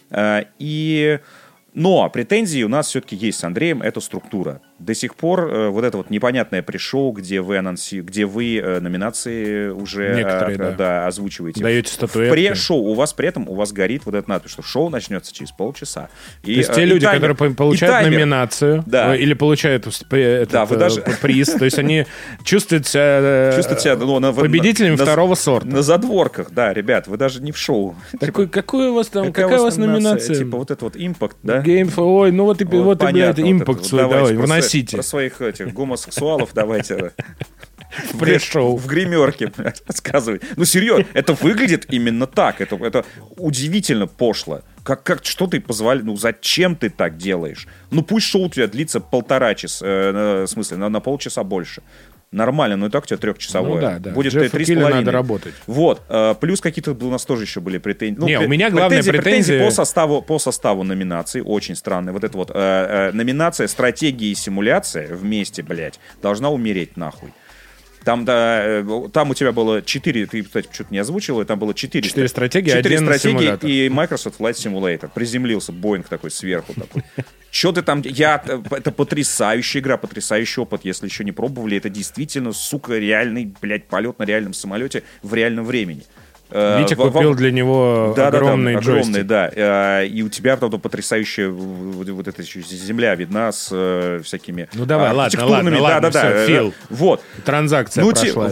Но претензии у нас все-таки есть с Андреем, это структура. До сих пор вот это вот непонятное пришоу, где вы номинации уже озвучиваете. Даете статуэтки. В пре-шоу у вас при этом горит вот эта надпись, что шоу начнется через полчаса. То есть те люди, которые получают номинацию или получают приз, то есть они чувствуют себя победителями второго сорта. На задворках, да, ребят, вы даже не в шоу. Какая у вас номинация? Типа вот это вот импакт, да? Ой, ну вот и импакт свой давай, вносите. Про своих этих гомосексуалов давайте в пресс-шоу. В гримерке рассказывать. Ну, серьезно, это выглядит именно так. Это удивительно пошло. Что ты позволяешь? Ну, зачем ты так делаешь? Ну, пусть шоу у тебя длится 1,5 часа, в смысле, на полчаса больше. Нормально, но и так у тебя 3-часовое. Да. Будет Джеффу 3,5. Надо работать. Вот. Плюс какие-то у нас тоже еще были претензии. У меня главная претензия... по составу номинаций очень странные. Вот эта вот номинация «Стратегия и симуляция» вместе, блядь, должна умереть нахуй. Там у тебя было 4, ты, кстати, что-то не озвучил, там было 4 стратегии, 4 один стратегии симулятор. и Microsoft Flight Simulator. Приземлился Боинг такой сверху. Такой. Что ты там... Это потрясающая игра, потрясающий опыт. Если еще не пробовали, это действительно, сука, реальный, блядь, полет на реальном самолете в реальном времени. Витя купил для него огромный джойстик. Огромный, да. И у тебя там потрясающая вот эта земля видна с всякими Ну давай, архитектурными... ладно, все, Фил. Вот. Транзакция прошла.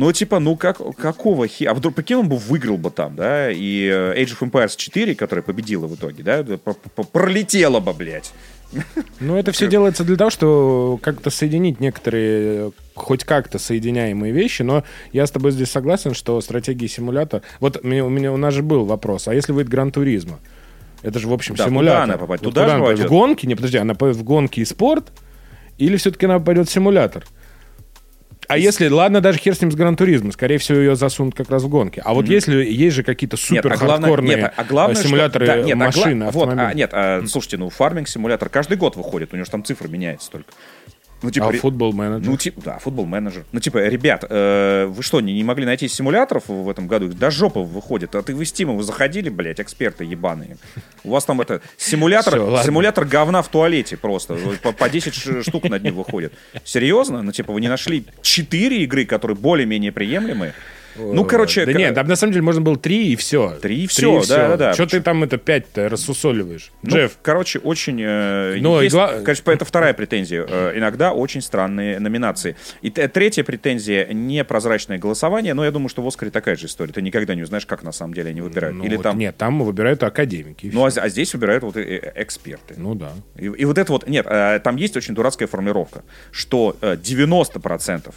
Какого хера? А вдруг, прикинь, он бы выиграл бы там, да? И Age of Empires 4, которая победила в итоге, да, пролетела бы, блядь. Ну, это все делается для того, что как-то соединить некоторые хоть как-то соединяемые вещи, но я с тобой здесь согласен, что стратегии симулятор... Вот у нас же был вопрос, а если выйдет Гран-туризмо? Это же, в общем, симулятор. Куда она попадет? Вот Туда же пойдет? В гонки? Не, подожди, она пойдет в гонки и спорт? Или все-таки она пойдет в симулятор? А если, ладно, даже хер с ним с Гран-туризмо, скорее всего, ее засунут как раз в гонки. А вот если есть же какие-то супер хардкорные симуляторы машин, автомобилей. Слушайте, фарминг-симулятор каждый год выходит, у него же там цифры меняются только. футбол-менеджер? Футбол-менеджер. Ребят, вы что, не могли найти симуляторов в этом году? До жопы выходит. А вы в Steam, вы заходили, блядь, эксперты ебаные. У вас там симулятор говна в туалете просто. По 10 штук над ним выходит. Серьезно? Вы не нашли 4 игры, которые более-менее приемлемые? Да нет, там на самом деле можно было 3 и все. 3 и все, да. Что ты там 5-то рассусоливаешь? Джефф. Очень... это вторая претензия. Иногда очень странные номинации. И третья претензия — непрозрачное голосование, но я думаю, что в «Оскаре» такая же история. Ты никогда не узнаешь, как на самом деле они выбирают. Нет, там выбирают академики. А здесь выбирают эксперты. Ну да. И вот это вот... Нет, там есть очень дурацкая формулировка, что 90%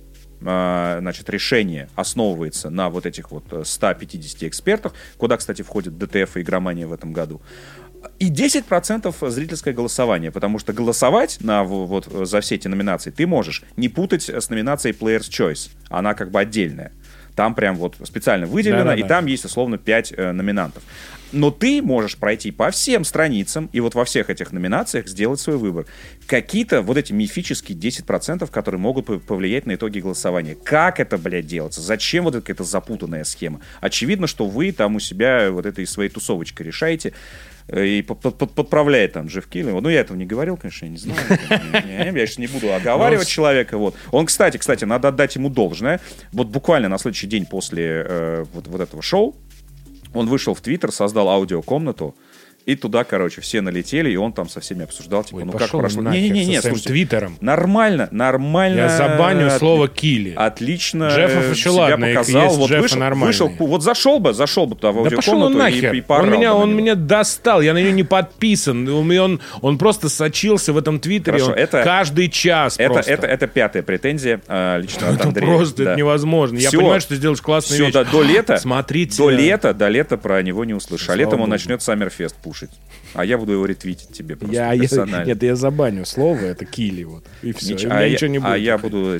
решение основывается на вот этих 150 экспертах, куда, кстати, входит ДТФ и игромания в этом году. И 10% зрительское голосование, потому что голосовать за все эти номинации ты можешь не путать с номинацией Player's Choice. Она как бы отдельная. Там прям специально выделено, и там есть, условно, 5 номинантов. Но ты можешь пройти по всем страницам и во всех этих номинациях сделать свой выбор. Какие-то эти мифические 10%, которые могут повлиять на итоги голосования. Как это, блядь, делается? Зачем эта какая-то запутанная схема? Очевидно, что вы там у себя этой своей тусовочкой решаете. И подправляет там Джефф Килли. Я этого не говорил, конечно, я не знаю. Я сейчас не буду оговаривать человека. Он, кстати, надо отдать ему должное. Буквально на следующий день после этого шоу он вышел в Твиттер, создал аудиокомнату, и туда, все налетели, и он там со всеми обсуждал, как прошло. Не, слушайте, Твиттером. Нормально. Я забаню слово «килли». Отлично Джеффов еще ладно, показал. Джеффа нормальный. Зашел бы туда в аудиокомнату пошел он нахер. И поорал. Он меня достал, я на нее не подписан. Он просто сочился в этом Твиттере. Каждый час просто. Это пятая претензия лично от Андрея. Это невозможно. Я понимаю, что ты сделаешь классную вещь. До лета. Смотрите. До лета про него не услышишь. А летом он начнет Саммерфест пушить. А я буду его ретвитить тебе просто персонально. Нет, я забаню слово, это «килли». И все, ничего не будет. А я буду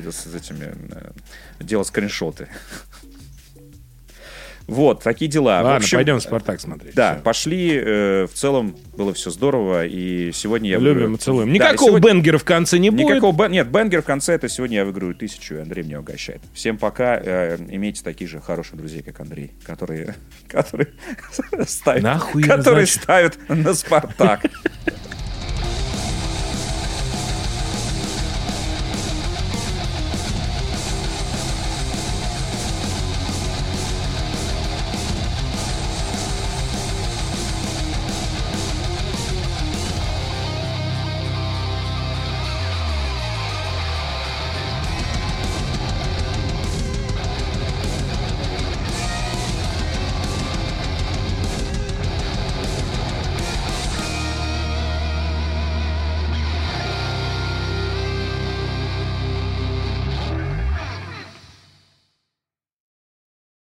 делать скриншоты. Такие дела. Ладно, пойдем «Спартак» смотреть. Да, пошли. В целом было все здорово. И сегодня я выиграю... Любим и целуем. Никакого бенгера в конце не будет. Нет, бенгер в конце. Это сегодня я выиграю 1000, и Андрей меня угощает. Всем пока. Имейте таких же хороших друзей, как Андрей, которые ставят на «Спартак».